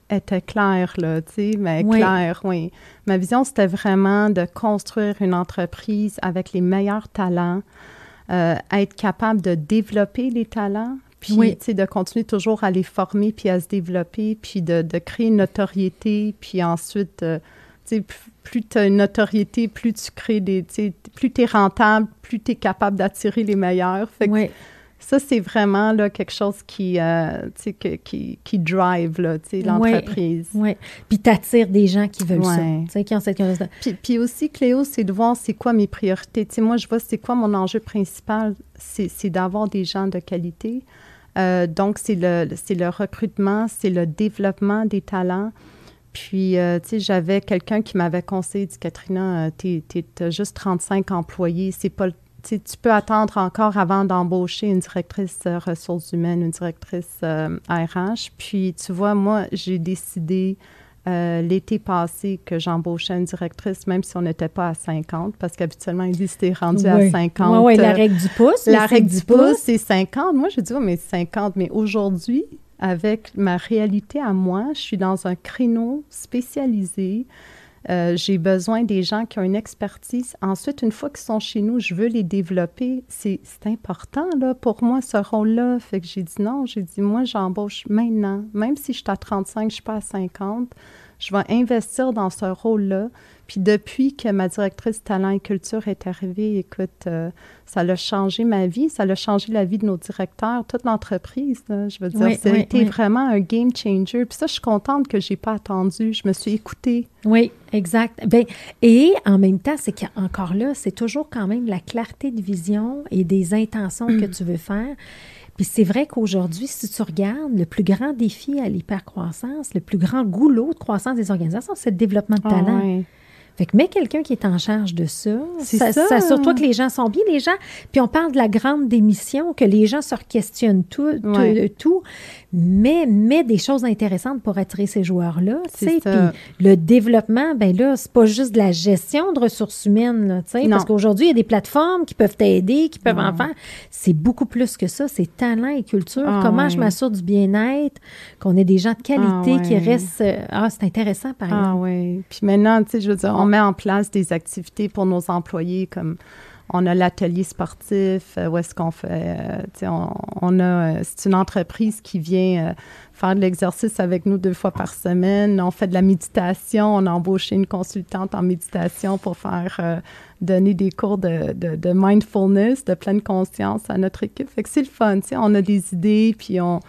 était claire, là, tu sais, mais oui. claire, oui. Ma vision, c'était vraiment de construire une entreprise avec les meilleurs talents, euh, être capable de développer les talents, puis, oui. tu sais, de continuer toujours à les former, puis à se développer, puis de, de créer une notoriété, puis ensuite, euh, tu sais, plus, plus tu as une notoriété, plus tu crées des, tu sais, plus tu es rentable, plus tu es capable d'attirer les meilleurs. Fait que oui. ça, c'est vraiment là, quelque chose qui, euh, tu sais, que, qui, qui drive là, tu sais, l'entreprise. Oui, oui. Puis t'attires des gens qui veulent ouais. ça, tu sais, qui ont cette curiosité. Puis, puis aussi, Cléo, c'est de voir c'est quoi mes priorités. Tu sais, moi, je vois c'est quoi mon enjeu principal, c'est, c'est d'avoir des gens de qualité. Euh, donc, c'est le, c'est le recrutement, c'est le développement des talents. Puis, euh, tu sais, j'avais quelqu'un qui m'avait conseillé, dit, Katrina, euh, t'es, t'es, t'as juste trente-cinq employés, c'est pas le Tu sais, tu peux attendre encore avant d'embaucher une directrice euh, ressources humaines, une directrice euh, R H. Puis, tu vois, moi, j'ai décidé euh, l'été passé que j'embauchais une directrice, même si on n'était pas à cinquante, parce qu'habituellement, ils disent que c'était rendu oui. à cinquante. Oui, oui, la règle du pouce. La règle du pouce, c'est cinquante. Moi, je dis, oh, mais cinquante. Mais aujourd'hui, avec ma réalité à moi, je suis dans un créneau spécialisé. Euh, j'ai besoin des gens qui ont une expertise. Ensuite, une fois qu'ils sont chez nous, je veux les développer. C'est, c'est important, là, pour moi, ce rôle-là. Fait que j'ai dit non. J'ai dit, moi, j'embauche maintenant. Même si je suis à trente-cinq, je ne suis pas à cinquante, je vais investir dans ce rôle-là. Puis depuis que ma directrice talent et culture est arrivée, écoute, euh, ça a changé ma vie, ça a changé la vie de nos directeurs, toute l'entreprise, là, je veux dire. Oui, ça a oui, été oui. vraiment un game changer. Puis ça, je suis contente que je n'ai pas attendu. Je me suis écoutée. Oui, exact. Bien, et en même temps, c'est qu'encore là, c'est toujours quand même la clarté de vision et des intentions que tu veux faire. Puis c'est vrai qu'aujourd'hui, si tu regardes, le plus grand défi à l'hypercroissance, le plus grand goulot de croissance des organisations, c'est le développement de talent. Oh, ouais. Fait que mets quelqu'un qui est en charge de ça. C'est ça. ça. S'assure-toi que les gens sont bien. Les gens, puis on parle de la grande démission, que les gens se requestionnent tout, Ouais. tout, tout, mais mets des choses intéressantes pour attirer ces joueurs-là. C'est ça. Puis le développement, ben là, c'est pas juste de la gestion de ressources humaines, là, tu sais, Non. parce qu'aujourd'hui, il y a des plateformes qui peuvent t'aider, qui peuvent Non. en faire. C'est beaucoup plus que ça. C'est talent et culture. Ah, Comment ouais. je m'assure du bien-être, qu'on ait des gens de qualité Ah, qui ouais. restent... euh, Ah, c'est intéressant, par exemple. Ah oui. Puis maintenant, tu sais, je veux dire, on met en place des activités pour nos employés, comme on a l'atelier sportif, euh, où est-ce qu'on fait, euh, tu sais, on, on a, euh, c'est une entreprise qui vient euh, faire de l'exercice avec nous deux fois par semaine. On fait de la méditation. On a embauché une consultante en méditation pour faire, euh, donner des cours de, de, de mindfulness, de pleine conscience à notre équipe. Fait que c'est le fun, tu sais, on a des idées, puis on...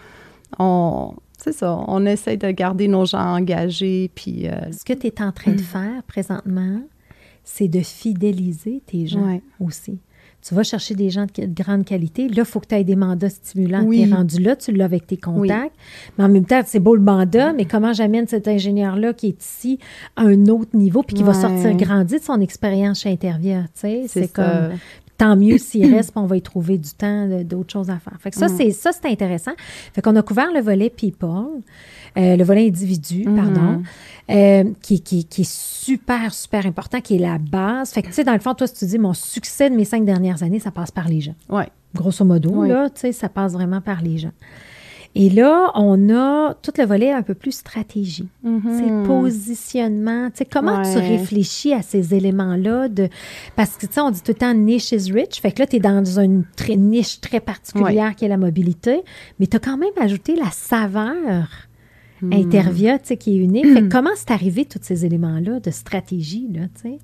on c'est ça, on essaie de garder nos gens engagés, puis... Euh, Ce que tu es en train de faire présentement, c'est de fidéliser tes gens Ouais. aussi. Tu vas chercher des gens de, de grande qualité. Là, il faut que tu aies des mandats stimulants. Oui. Tu es rendu là, tu l'as avec tes contacts. Mais en même temps, c'est beau le mandat, mais comment j'amène cet ingénieur-là qui est ici à un autre niveau puis qui va Ouais. sortir grandi de son expérience chez Intervia, tu sais? c'est C'est ça. comme... Tant mieux s'il reste, puis on va y trouver du temps, de- d'autres choses à faire. Fait que ça, Mm. c'est, ça, c'est intéressant. Fait qu'on a couvert le volet people, euh, le volet individu, Mhm. pardon, euh, qui, qui, qui est super, super important, qui est la base. Fait que, tu sais, dans le fond, toi, si tu dis mon succès de mes cinq dernières années, ça passe par les gens. Ouais. Grosso modo, Oui. là, tu sais, ça passe vraiment par les gens. Et là, on a tout le volet un peu plus stratégie. Mhm. C'est positionnement. Tu sais, comment tu Ouais. réfléchis à ces éléments-là? De... Parce que, tu sais, on dit tout le temps « niche is rich ». Fait que là, tu es dans une très, niche très particulière qui est la mobilité, mais tu as quand même ajouté la saveur Hmm. Intervia, tu sais, qui est unique. Fait que comment c'est arrivé, tous ces éléments-là de stratégie, là, tu sais?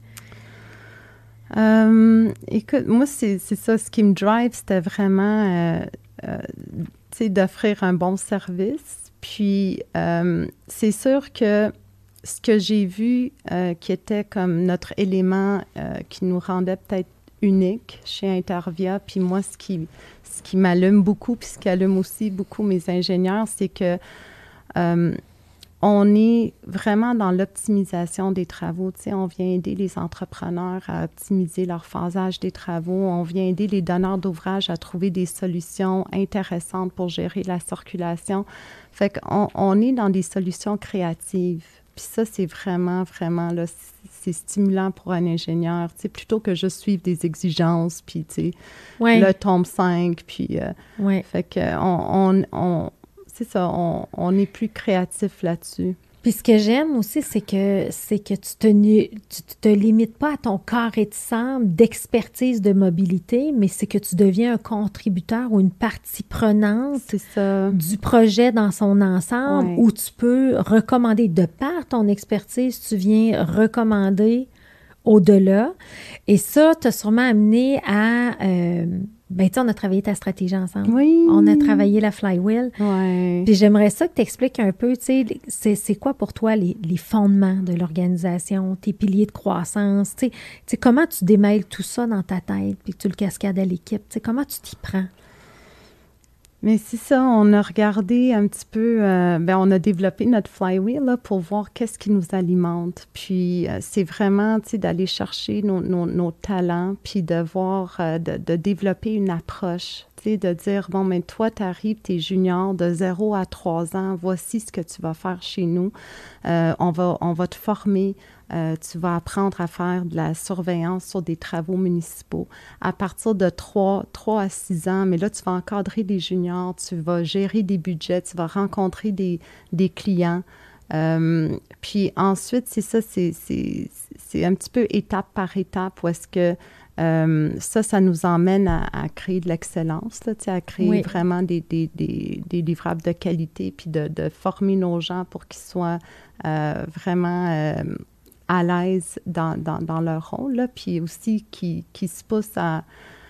Euh, écoute, moi, c'est, c'est ça. Ce qui me drive, c'était vraiment, euh, euh, tu sais, d'offrir un bon service. Puis, euh, c'est sûr que ce que j'ai vu euh, qui était comme notre élément euh, qui nous rendait peut-être unique chez Intervia, puis moi, ce qui, ce qui m'allume beaucoup, puis ce qui allume aussi beaucoup mes ingénieurs, c'est que euh, on est vraiment dans l'optimisation des travaux. Tu sais, on vient aider les entrepreneurs à optimiser leur phasage des travaux. On vient aider les donneurs d'ouvrages à trouver des solutions intéressantes pour gérer la circulation. Fait qu'on on est dans des solutions créatives. Puis ça, c'est vraiment, vraiment, là, c'est stimulant pour un ingénieur, tu sais, plutôt que juste suivre des exigences, puis, tu sais, Ouais. le tome cinq, puis... Euh, Ouais. fait que on, on, on c'est ça, on, on est plus créatif là-dessus. Puis ce que j'aime aussi, c'est que c'est que tu te, tu te limites pas à ton carré de sable d'expertise de mobilité, mais c'est que tu deviens un contributeur ou une partie prenante c'est ça. du projet dans son ensemble, ouais. où tu peux recommander, de par ton expertise, tu viens recommander au-delà. Et ça t'a sûrement amené à... Euh, ben, tu sais, on a travaillé ta stratégie ensemble. Oui. On a travaillé la flywheel. Oui. Puis j'aimerais ça que tu expliques un peu, tu sais, c'est, c'est quoi pour toi les, les fondements de l'organisation, tes piliers de croissance, tu sais, tu sais, comment tu démêles tout ça dans ta tête puis que tu le cascades à l'équipe, tu sais, comment tu t'y prends? Mais c'est ça, on a regardé un petit peu, euh, ben on a développé notre flywheel là, pour voir qu'est-ce qui nous alimente. Puis euh, c'est vraiment, tu sais, d'aller chercher nos, nos, nos talents, puis de voir, euh, de, de développer une approche, tu sais, de dire, bon, mais toi, tu arrives, tu es junior de zéro à trois ans, voici ce que tu vas faire chez nous. Euh, on va, on va te former. Euh, tu vas apprendre à faire de la surveillance sur des travaux municipaux à partir de trois à six ans. Mais là, tu vas encadrer des juniors, tu vas gérer des budgets, tu vas rencontrer des, des clients. Euh, puis ensuite, c'est ça, c'est, c'est, c'est un petit peu étape par étape où est-ce que euh, ça, ça nous emmène à, à créer de l'excellence, là, tu sais, à créer oui. vraiment des, des, des, des livrables de qualité, puis de, de former nos gens pour qu'ils soient euh, vraiment... Euh, à l'aise dans, dans, dans leur rôle, là, puis aussi qui, qui se poussent à,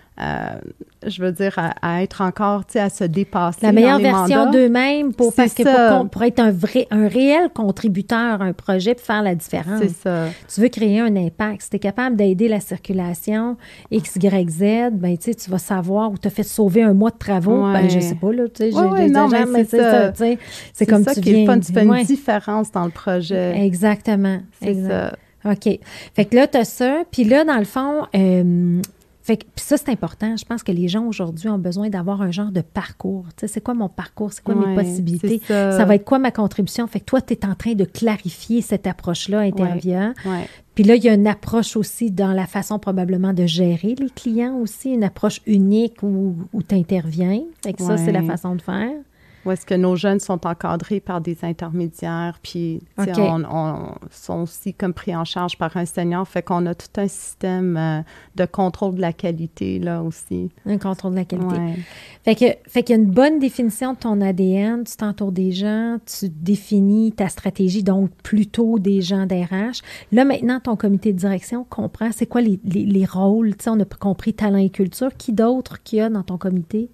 à, je veux dire, à, à être encore, tu sais, à se dépasser. La meilleure dans les version mandats. d'eux-mêmes pour, parce que pour, pour être un vrai, un réel contributeur à un projet, pour faire la différence. C'est ça. Tu veux créer un impact. Si tu es capable d'aider la circulation X, Y, Z, ben tu sais, tu vas savoir où tu as fait sauver un mois de travaux. Ouais. Ben je sais pas, là, tu sais, ouais, ouais, non, mais mais c'est ça, tu sais. C'est comme ça tu qui viens. est fun, tu fais ouais. une différence dans le projet. Exactement. C'est exact. ça. OK. Fait que là, tu as ça. Puis là, dans le fond, euh, fait que, puis ça, c'est important. Je pense que les gens aujourd'hui ont besoin d'avoir un genre de parcours. Tu sais, c'est quoi mon parcours? C'est quoi ouais, mes possibilités? Ça. ça va être quoi ma contribution? Fait que toi, tu es en train de clarifier cette approche-là intervient. Ouais, ouais. Puis là, il y a une approche aussi dans la façon probablement de gérer les clients aussi, une approche unique où, où tu interviens. Fait que ouais. ça, c'est la façon de faire. Où est-ce que nos jeunes sont encadrés par des intermédiaires, puis okay. on, on sont aussi comme pris en charge par un senior, fait qu'on a tout un système euh, de contrôle de la qualité, là, aussi. Un contrôle de la qualité. Ouais. Fait que, fait qu'il y a une bonne définition de ton A D N, tu t'entoures des gens, tu définis ta stratégie, donc plutôt des gens d'R H. Là, maintenant, ton comité de direction comprend c'est quoi les, les, les rôles, tu sais, on a compris talent et culture. Qui d'autre qu'il y a dans ton comité?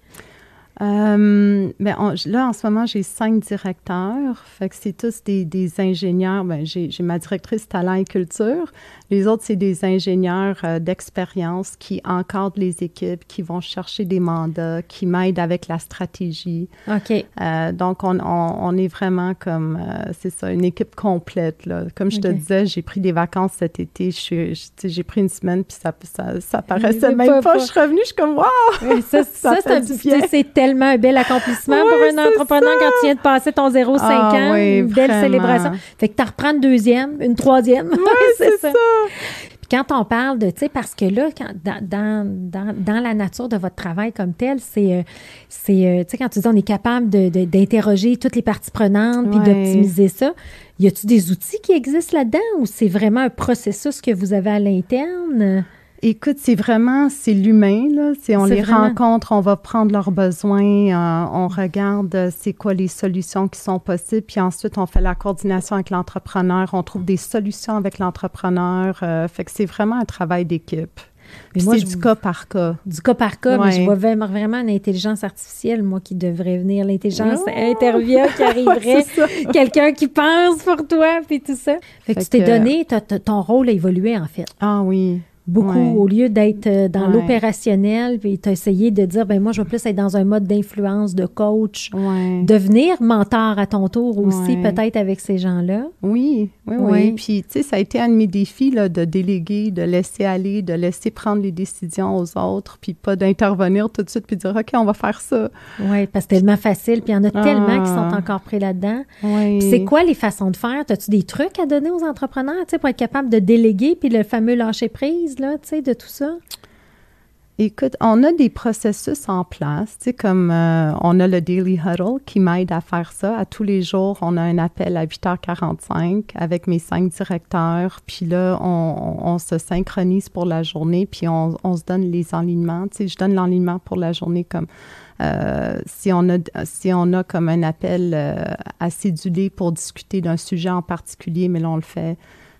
Euh, ben on, là, en ce moment, j'ai cinq directeurs. Fait que c'est tous des, des ingénieurs. Ben, j'ai, j'ai ma directrice talent et culture. Les autres, c'est des ingénieurs euh, d'expérience qui encadrent les équipes, qui vont chercher des mandats, qui m'aident avec la stratégie. OK. Euh, donc, on, on, on est vraiment comme, euh, c'est ça, une équipe complète, là. Comme je okay. te disais, j'ai pris des vacances cet été. Je suis, je, j'ai pris une semaine, puis ça, ça, ça paraissait même pas. pas. Je suis revenue, je suis comme, wow! Oui, ça, ça, ça c'est, un, c'est tellement un bel accomplissement oui, pour un entrepreneur ça. Quand tu viens de passer ton zéro à cinq ah, ans. Oui, une belle vraiment. Célébration. Fait que tu reprends une deuxième, une troisième. Oui, c'est, c'est ça. ça. Puis quand on parle de, tu sais, parce que là, quand, dans, dans, dans, dans la nature de votre travail comme tel, c'est, euh, c'est euh, tu sais, quand tu dis on est capable de, de, d'interroger toutes les parties prenantes puis ouais. d'optimiser ça, y a-tu des outils qui existent là-dedans ou c'est vraiment un processus que vous avez à l'interne? Écoute, c'est vraiment, c'est l'humain, là. C'est, on c'est les vraiment... rencontre, on va prendre leurs besoins, euh, on regarde euh, c'est quoi les solutions qui sont possibles, puis ensuite, on fait la coordination avec l'entrepreneur, on trouve des solutions avec l'entrepreneur. Euh, fait que c'est vraiment un travail d'équipe. Puis moi, c'est du vous... cas par cas. Du cas par cas, ouais. mais je vois vraiment une intelligence artificielle, moi, qui devrait venir. L'intelligence oh! intervient, qui arriverait. Quelqu'un qui pense pour toi, puis tout ça. Fait, fait que tu t'es que... donné, t'as, t'as, ton rôle a évolué, en fait. Ah oui. Beaucoup, ouais. au lieu d'être dans ouais. l'opérationnel, puis tu as essayé de dire, ben moi, je vais plus être dans un mode d'influence, de coach, ouais. devenir mentor à ton tour aussi, ouais. peut-être avec ces gens-là. Oui, oui, oui. oui. Puis, tu sais, ça a été un de mes défis, là, de déléguer, de laisser aller, de laisser prendre les décisions aux autres, puis pas d'intervenir tout de suite, puis dire, OK, on va faire ça. Oui, parce que c'est tellement facile, puis il y en a ah. tellement qui sont encore pris là-dedans. Oui. Puis c'est quoi les façons de faire? As-tu des trucs à donner aux entrepreneurs, tu sais, pour être capable de déléguer, puis le fameux lâcher prise? Là, tu sais, de tout ça? Écoute, on a des processus en place, tu sais, comme euh, on a le Daily Huddle qui m'aide à faire ça. À tous les jours, on a un appel à huit heures quarante-cinq avec mes cinq directeurs. Puis là, on, on, on se synchronise pour la journée, puis on, on se donne les enlignements. Tu sais, je donne l'enlignement pour la journée comme euh, si on a si on a comme un appel euh, à céduler pour discuter d'un sujet en particulier, mais là, on le fait.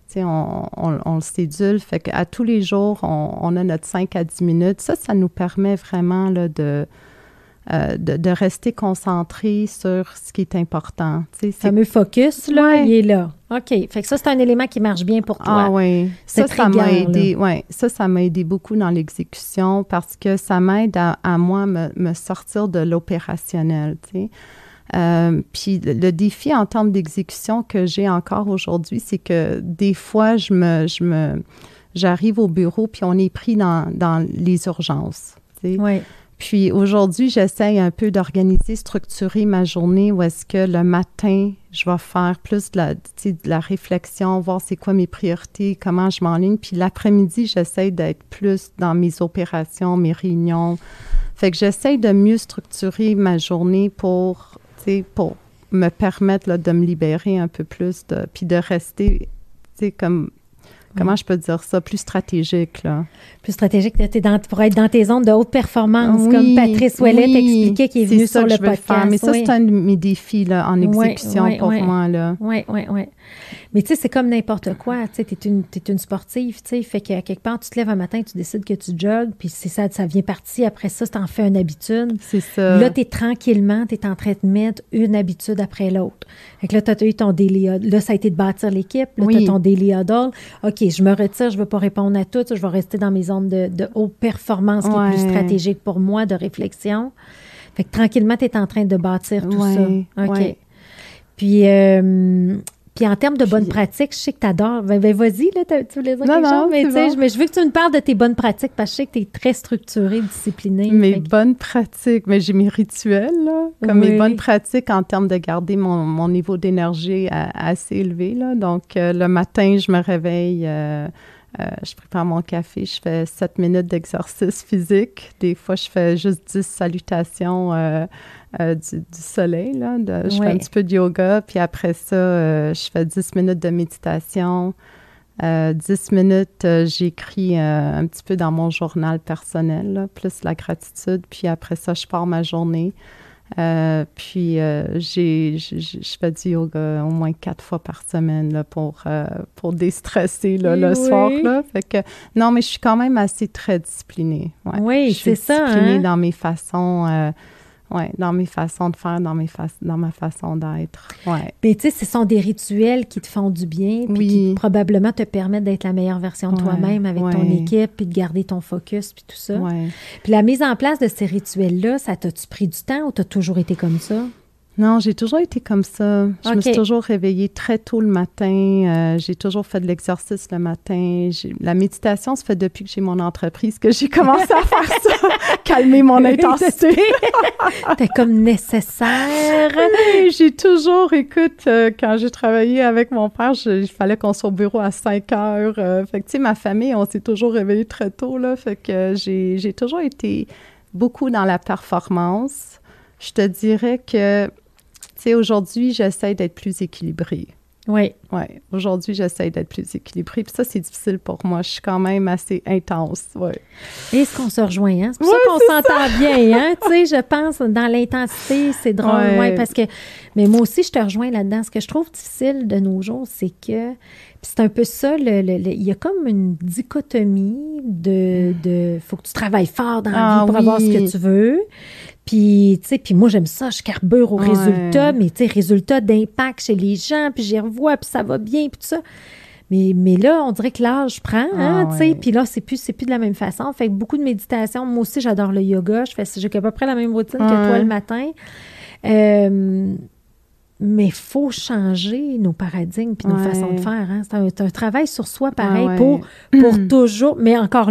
On, on, on le cédule, fait qu'à tous les jours, on, on a notre cinq à dix minutes. Ça, ça nous permet vraiment là, de, euh, de, de rester concentré sur ce qui est important. Le fameux focus, là, ouais. Il est là. OK. Fait que ça, c'est un élément qui marche bien pour toi. Ah oui. Ça, ça m'a aidé, ouais, ça, ça m'a aidé beaucoup dans l'exécution parce que ça m'aide à, à moi me, me sortir de l'opérationnel, tu sais. Euh, puis le, le défi en termes d'exécution que j'ai encore aujourd'hui, c'est que des fois, je me, je me, j'arrive au bureau puis on est pris dans, dans les urgences. Tu sais. Oui. Puis aujourd'hui, j'essaye un peu d'organiser, structurer ma journée où est-ce que le matin, je vais faire plus de la, tu sais, de la réflexion, voir c'est quoi mes priorités, comment je m'enligne. Puis l'après-midi, j'essaye d'être plus dans mes opérations, mes réunions. Fait que j'essaye de mieux structurer ma journée pour... pour me permettre là, de me libérer un peu plus, de, puis de rester, tu sais, comme, comment mmh. je peux dire ça, plus stratégique, là. Plus stratégique, t'es dans, pour être dans tes zones de haute performance, oui, comme Patrice Ouellet oui, expliquait, qui est venu sur le podcast. Faire. Mais ça, oui. c'est un de mes défis, là, en exécution oui, oui, pour oui. moi, là. Oui, oui, oui. Mais tu sais, c'est comme n'importe quoi. Tu sais, t'es une, t'es une sportive, tu sais, fait qu'à quelque part, tu te lèves un matin, tu décides que tu jogues, puis c'est ça, ça vient partir. Après ça, t'en fais une habitude. C'est ça. Là, t'es tranquillement, t'es en train de mettre une habitude après l'autre. Fait que là, t'as eu ton daily huddle. Là, ça a été de bâtir l'équipe. Là, oui. t'as ton daily huddle. OK, je me retire, je ne veux pas répondre à tout. Je vais rester dans mes zones de, de haute performance qui ouais. est plus stratégique pour moi, de réflexion. Fait que tranquillement, t'es en train de bâtir tout ouais. ça. OK. Ouais. Puis... Euh, Puis en termes de bonnes Puis, pratiques, je sais que tu adores. Ben, ben vas-y, là, tu voulais dire non, quelque non, chose, mais, bon. mais je veux que tu me parles de tes bonnes pratiques parce que je sais que tu es très structurée, disciplinée. Mes fait... bonnes pratiques, mais j'ai mes rituels, là, comme oui. mes bonnes pratiques en termes de garder mon, mon niveau d'énergie à, assez élevé. Là. Donc, euh, le matin, je me réveille, euh, euh, je prépare mon café, je fais sept minutes d'exercice physique. Des fois, je fais juste dix salutations euh, Euh, du, du soleil, là. De, je oui. fais un petit peu de yoga, puis après ça, euh, je fais dix minutes de méditation. Euh, dix minutes, euh, j'écris euh, un petit peu dans mon journal personnel, là, plus la gratitude, puis après ça, je pars ma journée. Euh, puis, euh, j'ai, j'ai, je fais du yoga au moins quatre fois par semaine là, pour, euh, pour déstresser là, le oui. soir. Là. Fait que, non, mais je suis quand même assez très disciplinée. Ouais. Oui, je suis c'est ça. disciplinée hein? dans mes façons... Euh, Oui, dans mes façons de faire, dans, mes fa- dans ma façon d'être. Ouais. Mais tu sais, ce sont des rituels qui te font du bien, puis oui. qui probablement te permettent d'être la meilleure version de ouais. toi-même avec ouais. ton équipe, puis de garder ton focus, puis tout ça. Ouais. Puis la mise en place de ces rituels-là, ça t'a-tu pris du temps ou t'as toujours été comme ça? Non, j'ai toujours été comme ça. Je okay. me suis toujours réveillée très tôt le matin. Euh, j'ai toujours fait de l'exercice le matin. J'ai... La méditation se fait depuis que j'ai mon entreprise que j'ai commencé à faire ça. Calmer mon intensité. C'était comme nécessaire. Oui, j'ai toujours, écoute, euh, quand j'ai travaillé avec mon père, il fallait qu'on soit au bureau à cinq heures. Euh, fait que, tu sais, ma famille, on s'est toujours réveillé très tôt, là. Fait que euh, j'ai, j'ai toujours été beaucoup dans la performance. Je te dirais que... Tu sais, aujourd'hui, j'essaie d'être plus équilibrée. Oui. Oui, aujourd'hui, j'essaie d'être plus équilibrée. Puis ça, c'est difficile pour moi. Je suis quand même assez intense, oui. Est-ce qu'on se rejoint, hein? C'est pour ouais, ça qu'on c'est s'entend ça. bien, hein? Tu sais, je pense, dans l'intensité, c'est drôle, oui, ouais, parce que... Mais moi aussi, je te rejoins là-dedans. Ce que je trouve difficile de nos jours, c'est que... Puis c'est un peu ça, le, le, le, il y a comme une dichotomie de... de faut que tu travailles fort dans la ah, vie pour oui. avoir ce que tu veux. Puis, tu sais, puis moi, j'aime ça, je carbure aux ouais. résultats, mais tu sais, résultats d'impact chez les gens, puis j'y revois, puis ça va bien, puis tout ça. Mais, mais là, on dirait que l'âge prend, hein, ah, tu sais, ouais. puis là, c'est plus, c'est plus de la même façon. Fait que beaucoup de méditation. Moi aussi, j'adore le yoga. Je fais, j'ai à peu près la même routine ouais. que toi le matin. Euh, mais il faut changer nos paradigmes puis nos ouais. façons de faire. Hein. C'est, un, c'est un travail sur soi, pareil, ah, ouais. pour, pour toujours... Mais encore là,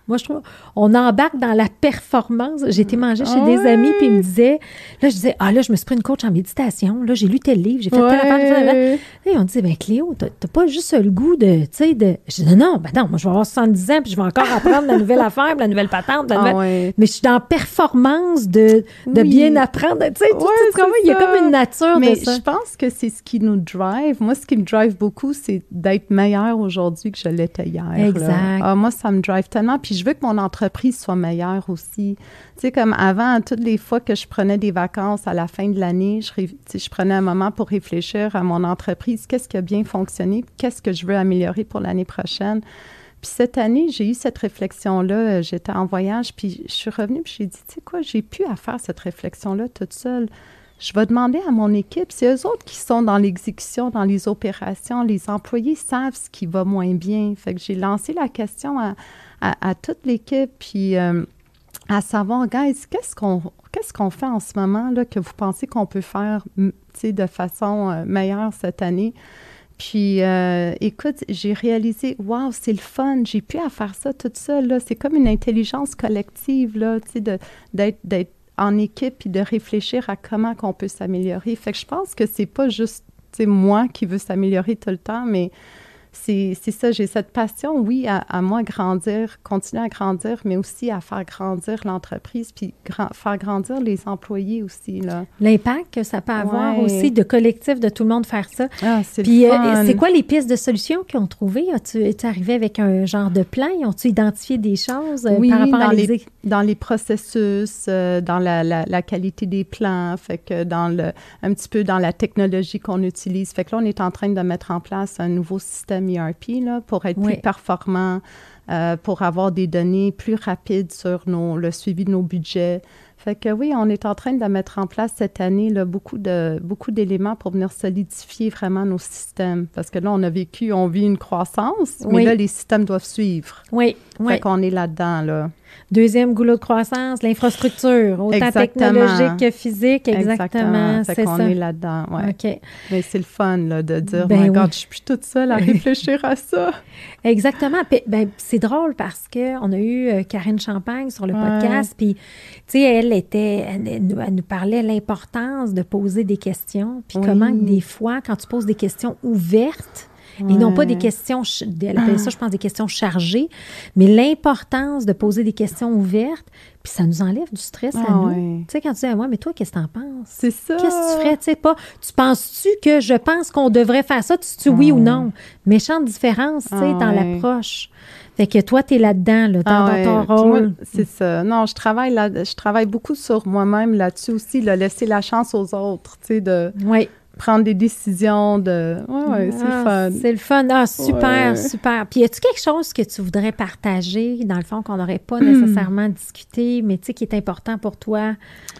Moi, je trouve, on embarque dans la performance. J'ai été manger chez ouais. des amis, puis ils me disaient, là, je disais, ah là, je me suis pris une coach en méditation, là, j'ai lu tel livre, j'ai fait ouais. telle affaire, telle affaire. Et on disait, ben Cléo, t'as, t'as pas juste le goût de, tu sais, de... Je dis, non, ben non, moi, je vais avoir soixante-dix ans, puis je vais encore apprendre la nouvelle affaire, la nouvelle patente, la nouvelle... Ah ouais. Mais je suis dans performance de, de oui. bien apprendre, tu sais, tout, ouais, tout comme, il y a comme une nature mais de ça. Mais je pense que c'est ce qui nous drive. Moi, ce qui me drive beaucoup, c'est d'être meilleure aujourd'hui que je l'étais hier. Exact. Ah, moi, ça me drive tellement, puis je veux que mon entreprise soit meilleure aussi. Tu sais, comme avant, toutes les fois que je prenais des vacances à la fin de l'année, je, tu sais, je prenais un moment pour réfléchir à mon entreprise, qu'est-ce qui a bien fonctionné, qu'est-ce que je veux améliorer pour l'année prochaine. Puis cette année, j'ai eu cette réflexion-là, j'étais en voyage, puis je suis revenue, puis j'ai dit, tu sais quoi, j'ai plus à faire cette réflexion-là toute seule. Je vais demander à mon équipe, c'est eux autres qui sont dans l'exécution, dans les opérations, les employés savent ce qui va moins bien. Fait que j'ai lancé la question à, à, à toute l'équipe, puis euh, à savoir, guys, qu'est-ce qu'on, qu'est-ce qu'on fait en ce moment là que vous pensez qu'on peut faire, tu sais, de façon euh, meilleure cette année? Puis, euh, écoute, j'ai réalisé, wow, c'est le fun, j'ai pu à faire ça toute seule, là. C'est comme une intelligence collective, là, tu sais, de, d'être, d'être en équipe puis de réfléchir à comment qu'on peut s'améliorer. Fait que je pense que c'est pas juste, tu sais, moi qui veux s'améliorer tout le temps, mais c'est, c'est ça, j'ai cette passion, oui, à, à moi grandir, continuer à grandir, mais aussi à faire grandir l'entreprise puis grand, faire grandir les employés aussi, là. L'impact que ça peut avoir ouais. aussi de collectif, de tout le monde faire ça. Ah, c'est puis, le fun. Euh, c'est quoi les pistes de solutions qu'ils ont trouvées? As-tu, es-tu arrivé avec un genre de plan? Ils ont-tu identifié des choses euh, oui, par rapport dans à les... les dans les processus, euh, dans la, la, la qualité des plans, fait que dans le, un petit peu dans la technologie qu'on utilise. Fait que là, on est en train de mettre en place un nouveau système E R P là, pour être oui. plus performant, euh, pour avoir des données plus rapides sur nos, le suivi de nos budgets. Fait que oui, on est en train de mettre en place cette année là, beaucoup, de, beaucoup d'éléments pour venir solidifier vraiment nos systèmes. Parce que là, on a vécu, on vit une croissance, mais oui. là, les systèmes doivent suivre. Oui, fait oui. qu'on est là-dedans, là. Deuxième goulot de croissance, l'infrastructure, autant exactement. Technologique que physique. Exactement, exactement. Fait c'est qu'on ça. est là-dedans, ouais. OK. Mais c'est le fun, là, de dire, ben my oui. God, je suis plus toute seule à réfléchir à ça. Exactement. Puis, ben, c'est drôle parce qu'on a eu euh, Karine Champagne sur le ouais. podcast, puis, tu sais, elle était, elle, elle, nous, elle nous parlait de l'importance de poser des questions, puis oui. comment que des fois, quand tu poses des questions ouvertes, ouais. et non pas des questions, elle appelle ça, je pense, des questions chargées, mais l'importance de poser des questions ouvertes, puis ça nous enlève du stress ah, à nous. ouais. Tu sais, quand tu dis à moi, mais toi, qu'est-ce que t'en penses? C'est ça. Qu'est-ce que tu ferais? Tu sais, pas, tu penses-tu que je pense qu'on devrait faire ça? Tu dis oui ah, ou non? Méchante différence, tu sais, ah, dans ouais. l'approche. Fait que toi, t'es là-dedans, là, dans, ah, ouais. dans ton rôle. Moi, c'est ça. Non, je travaille là, je travaille beaucoup sur moi-même là-dessus aussi, là, laisser la chance aux autres, tu sais, de... Oui. Prendre des décisions de... Oui, oui, c'est ah, le fun. C'est le fun. Ah, super, ouais. super. Puis, y a-tu quelque chose que tu voudrais partager, dans le fond, qu'on n'aurait pas nécessairement discuté, mais tu sais, qui est important pour toi?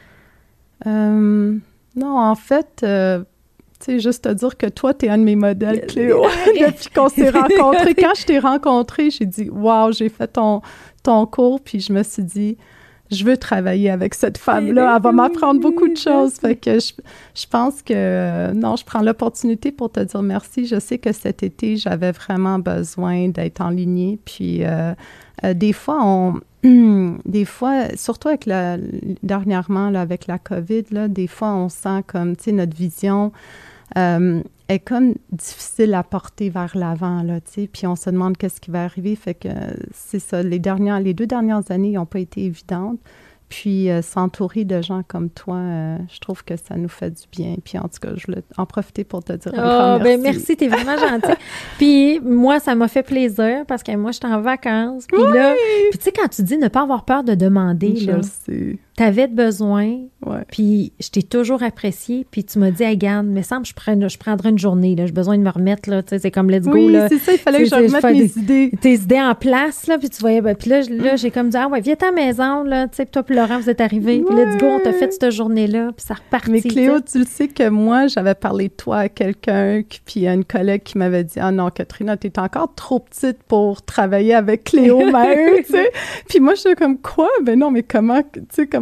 Euh, non, en fait, euh, tu sais, juste te dire que toi, tu es un de mes modèles, Cléo, depuis qu'on s'est rencontrés. Quand je t'ai rencontrée, j'ai dit, wow, j'ai fait ton, ton cours, puis je me suis dit... je veux travailler avec cette femme-là. Elle va m'apprendre beaucoup de choses. Fait que je, je pense que, euh, non, je prends l'opportunité pour te dire merci. Je sais que cet été, j'avais vraiment besoin d'être enlignée. Puis, euh, euh, des fois, on... des fois, surtout avec la, dernièrement, là, avec la COVID, là, des fois, on sent comme, tu sais, notre vision... Euh, est comme difficile à porter vers l'avant, là, tu sais, puis on se demande qu'est-ce qui va arriver, fait que euh, c'est ça, les dernières, les deux dernières années n'ont pas été évidentes, puis euh, s'entourer de gens comme toi, euh, je trouve que ça nous fait du bien, puis en tout cas, je voulais en profiter pour te dire un grand oh, merci. Ben merci, t'es vraiment gentille. Puis moi, ça m'a fait plaisir, parce que moi, j'étais en vacances, puis oui! là, puis tu sais, quand tu dis ne pas avoir peur de demander, je là, le sais. T'avais besoin, ouais. puis je t'ai toujours apprécié, puis tu m'as dit, hey, garde, il me semble que je, prenne, je prendrai une journée, là, j'ai besoin de me remettre, là, tu sais, c'est comme let's go, oui, là. Oui, c'est ça, il fallait que je remette mes des, idées. Tes idées en place, là, puis tu voyais, ben, puis là, là j'ai comme dit, ah ouais, viens à la maison, là, tu sais, puis toi puis Laurent, vous êtes arrivés, ouais. puis let's go, on t'a fait cette journée-là, puis ça repartit. Mais Cléo, t'sais. Tu le sais que moi, j'avais parlé de toi à quelqu'un, puis il y a une collègue qui m'avait dit, ah non, Katrina, t'es encore trop petite pour travailler avec Cléo Maheu, tu sais. Puis moi, je suis comme, quoi? Ben non, mais comment, tu sais, comment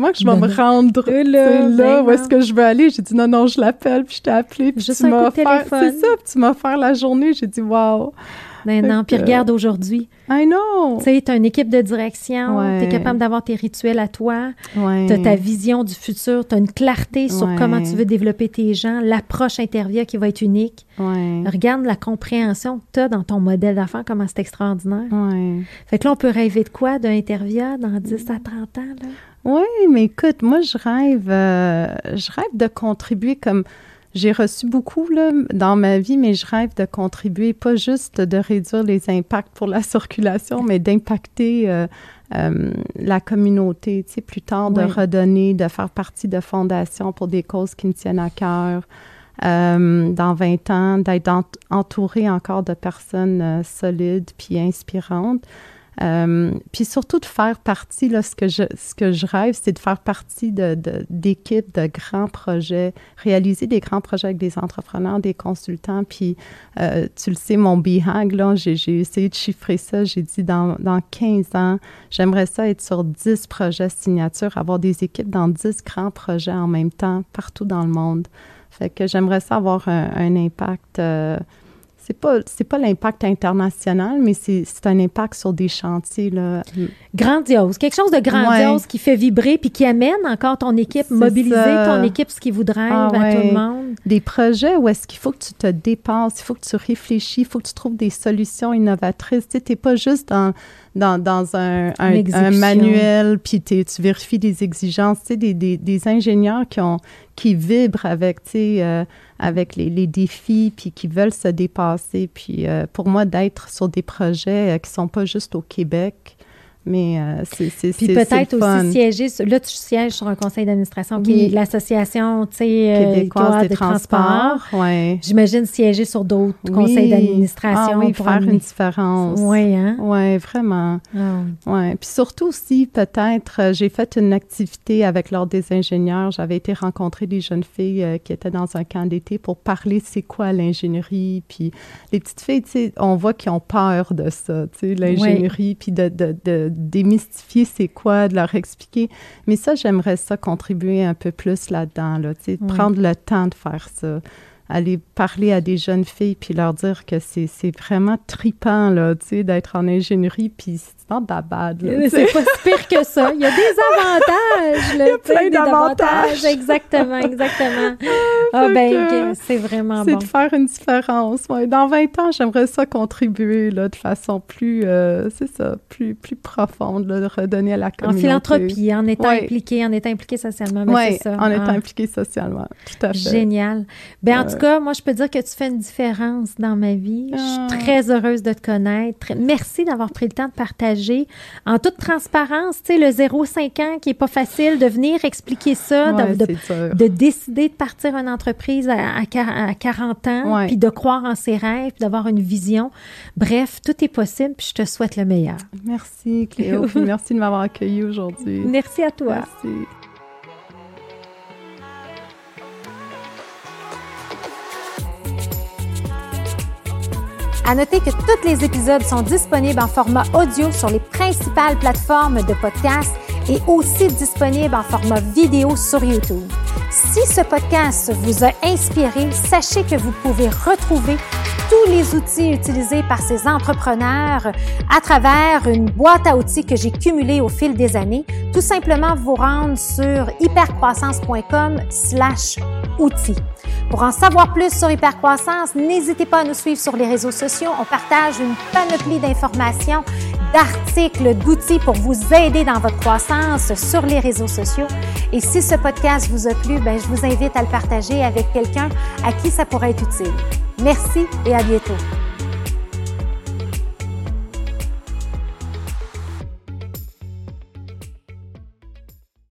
vraiment que je vais ben me rendre là, là, là ben où est-ce que je veux aller. J'ai dit non, non, je l'appelle, puis je t'ai appelé, puis Juste tu m'as offert... téléphone. C'est ça, puis tu m'as offert la journée. J'ai dit wow. Ben non, puis regarde aujourd'hui. I know! Tu sais, tu as une équipe de direction, ouais. tu es capable d'avoir tes rituels à toi, ouais. tu as ta vision du futur, tu as une clarté sur ouais. comment tu veux développer tes gens, l'approche interview qui va être unique. Ouais. Regarde la compréhension que tu as dans ton modèle d'affaires, comment c'est extraordinaire. Ouais. Fait que là, on peut rêver de quoi d'un interview dans dix à trente ans, là? Oui, mais écoute, moi, je rêve, euh, je rêve de contribuer comme... J'ai reçu beaucoup là, dans ma vie, mais je rêve de contribuer, pas juste de réduire les impacts pour la circulation, mais d'impacter euh, euh, la communauté, tu sais, plus tard, de oui. redonner, de faire partie de fondations pour des causes qui me tiennent à cœur. Euh, dans vingt ans, d'être ent- entourée encore de personnes euh, solides puis inspirantes. Euh, puis surtout de faire partie, là, ce que je, ce que je rêve, c'est de faire partie de, de, d'équipes de grands projets, réaliser des grands projets avec des entrepreneurs, des consultants. Puis, euh, tu le sais, mon B H A G, là, j'ai, j'ai essayé de chiffrer ça. J'ai dit, dans, dans quinze ans, j'aimerais ça être sur dix projets signatures, avoir des équipes dans dix grands projets en même temps, partout dans le monde. Fait que j'aimerais ça avoir un, un impact... Euh, C'est pas, c'est pas l'impact international, mais c'est, c'est un impact sur des chantiers, là. Grandiose. Quelque chose de grandiose ouais. qui fait vibrer puis qui amène encore ton équipe, c'est mobiliser ça. Ton équipe, ce qui vous drive ah, à ouais. tout le monde. Des projets où est-ce qu'il faut que tu te dépasses, il faut que tu réfléchis, il faut que tu trouves des solutions innovatrices. Tu sais, t'es pas juste dans, dans, dans un, un, un manuel, puis tu vérifies des exigences. Tu sais, des, des, des ingénieurs qui, ont, qui vibrent avec, tu sais, euh, avec les, les défis, puis qui veulent se dépasser. Puis euh, pour moi, d'être sur des projets euh, qui sont pas juste au Québec, mais euh, c'est, c'est, puis c'est, peut-être c'est aussi siéger, sur, là tu sièges sur un conseil d'administration oui. qui est l'association, tu sais, québécoise euh, des, des transports. transports. Ouais. J'imagine siéger sur d'autres oui. conseils d'administration. Ah oui, pour faire amener... une différence. Oui, hein? Oui, vraiment. Ah, oui. Ouais. Puis surtout aussi, peut-être, euh, j'ai fait une activité avec l'Ordre des ingénieurs. J'avais été rencontrer des jeunes filles euh, qui étaient dans un camp d'été pour parler c'est quoi l'ingénierie. Puis les petites filles, tu sais, on voit qu'ils ont peur de ça, tu sais, l'ingénierie, oui. puis de, de, de démystifier c'est quoi, de leur expliquer. Mais ça, j'aimerais ça contribuer un peu plus là-dedans, là, tu sais, oui. prendre le temps de faire ça. Aller parler à des jeunes filles puis leur dire que c'est, c'est vraiment tripant, là, tu sais, d'être en ingénierie, puis c'est not that bad, là, c'est pas si pire que ça. Il y a des avantages, là. Il y a plein d'avantages. Exactement, exactement. Ah, ben, c'est vraiment c'est bon. C'est de faire une différence. Ouais. Dans vingt ans, j'aimerais ça contribuer, là, de façon plus, euh, c'est ça, plus, plus profonde, là, de redonner à la communauté. En philanthropie, en étant ouais. impliqué, en étant impliqué socialement, mais ouais, c'est ça. en étant ah. impliqué socialement, tout à fait. Génial. Ben, en ouais. tout cas, moi, je peux dire que tu fais une différence dans ma vie. Je suis très heureuse de te connaître. Merci d'avoir pris le temps de partager en toute transparence, tu sais, le zéro cinq ans qui n'est pas facile, de venir expliquer ça, ouais, de, de, de décider de partir une entreprise à, à quarante ans, ouais. puis de croire en ses rêves, puis d'avoir une vision. Bref, tout est possible, puis je te souhaite le meilleur. Merci, Cléo. Merci de m'avoir accueillie aujourd'hui. Merci à toi. Merci. À noter que tous les épisodes sont disponibles en format audio sur les principales plateformes de podcast et aussi disponibles en format vidéo sur YouTube. Si ce podcast vous a inspiré, sachez que vous pouvez retrouver tous les outils utilisés par ces entrepreneurs à travers une boîte à outils que j'ai cumulée au fil des années. Tout simplement vous rendre sur hypercroissance.com slash outils. Pour en savoir plus sur Hypercroissance, n'hésitez pas à nous suivre sur les réseaux sociaux. On partage une panoplie d'informations, d'articles, d'outils pour vous aider dans votre croissance sur les réseaux sociaux. Et si ce podcast vous a plu, ben, je vous invite à le partager avec quelqu'un à qui ça pourrait être utile. Merci et à bientôt.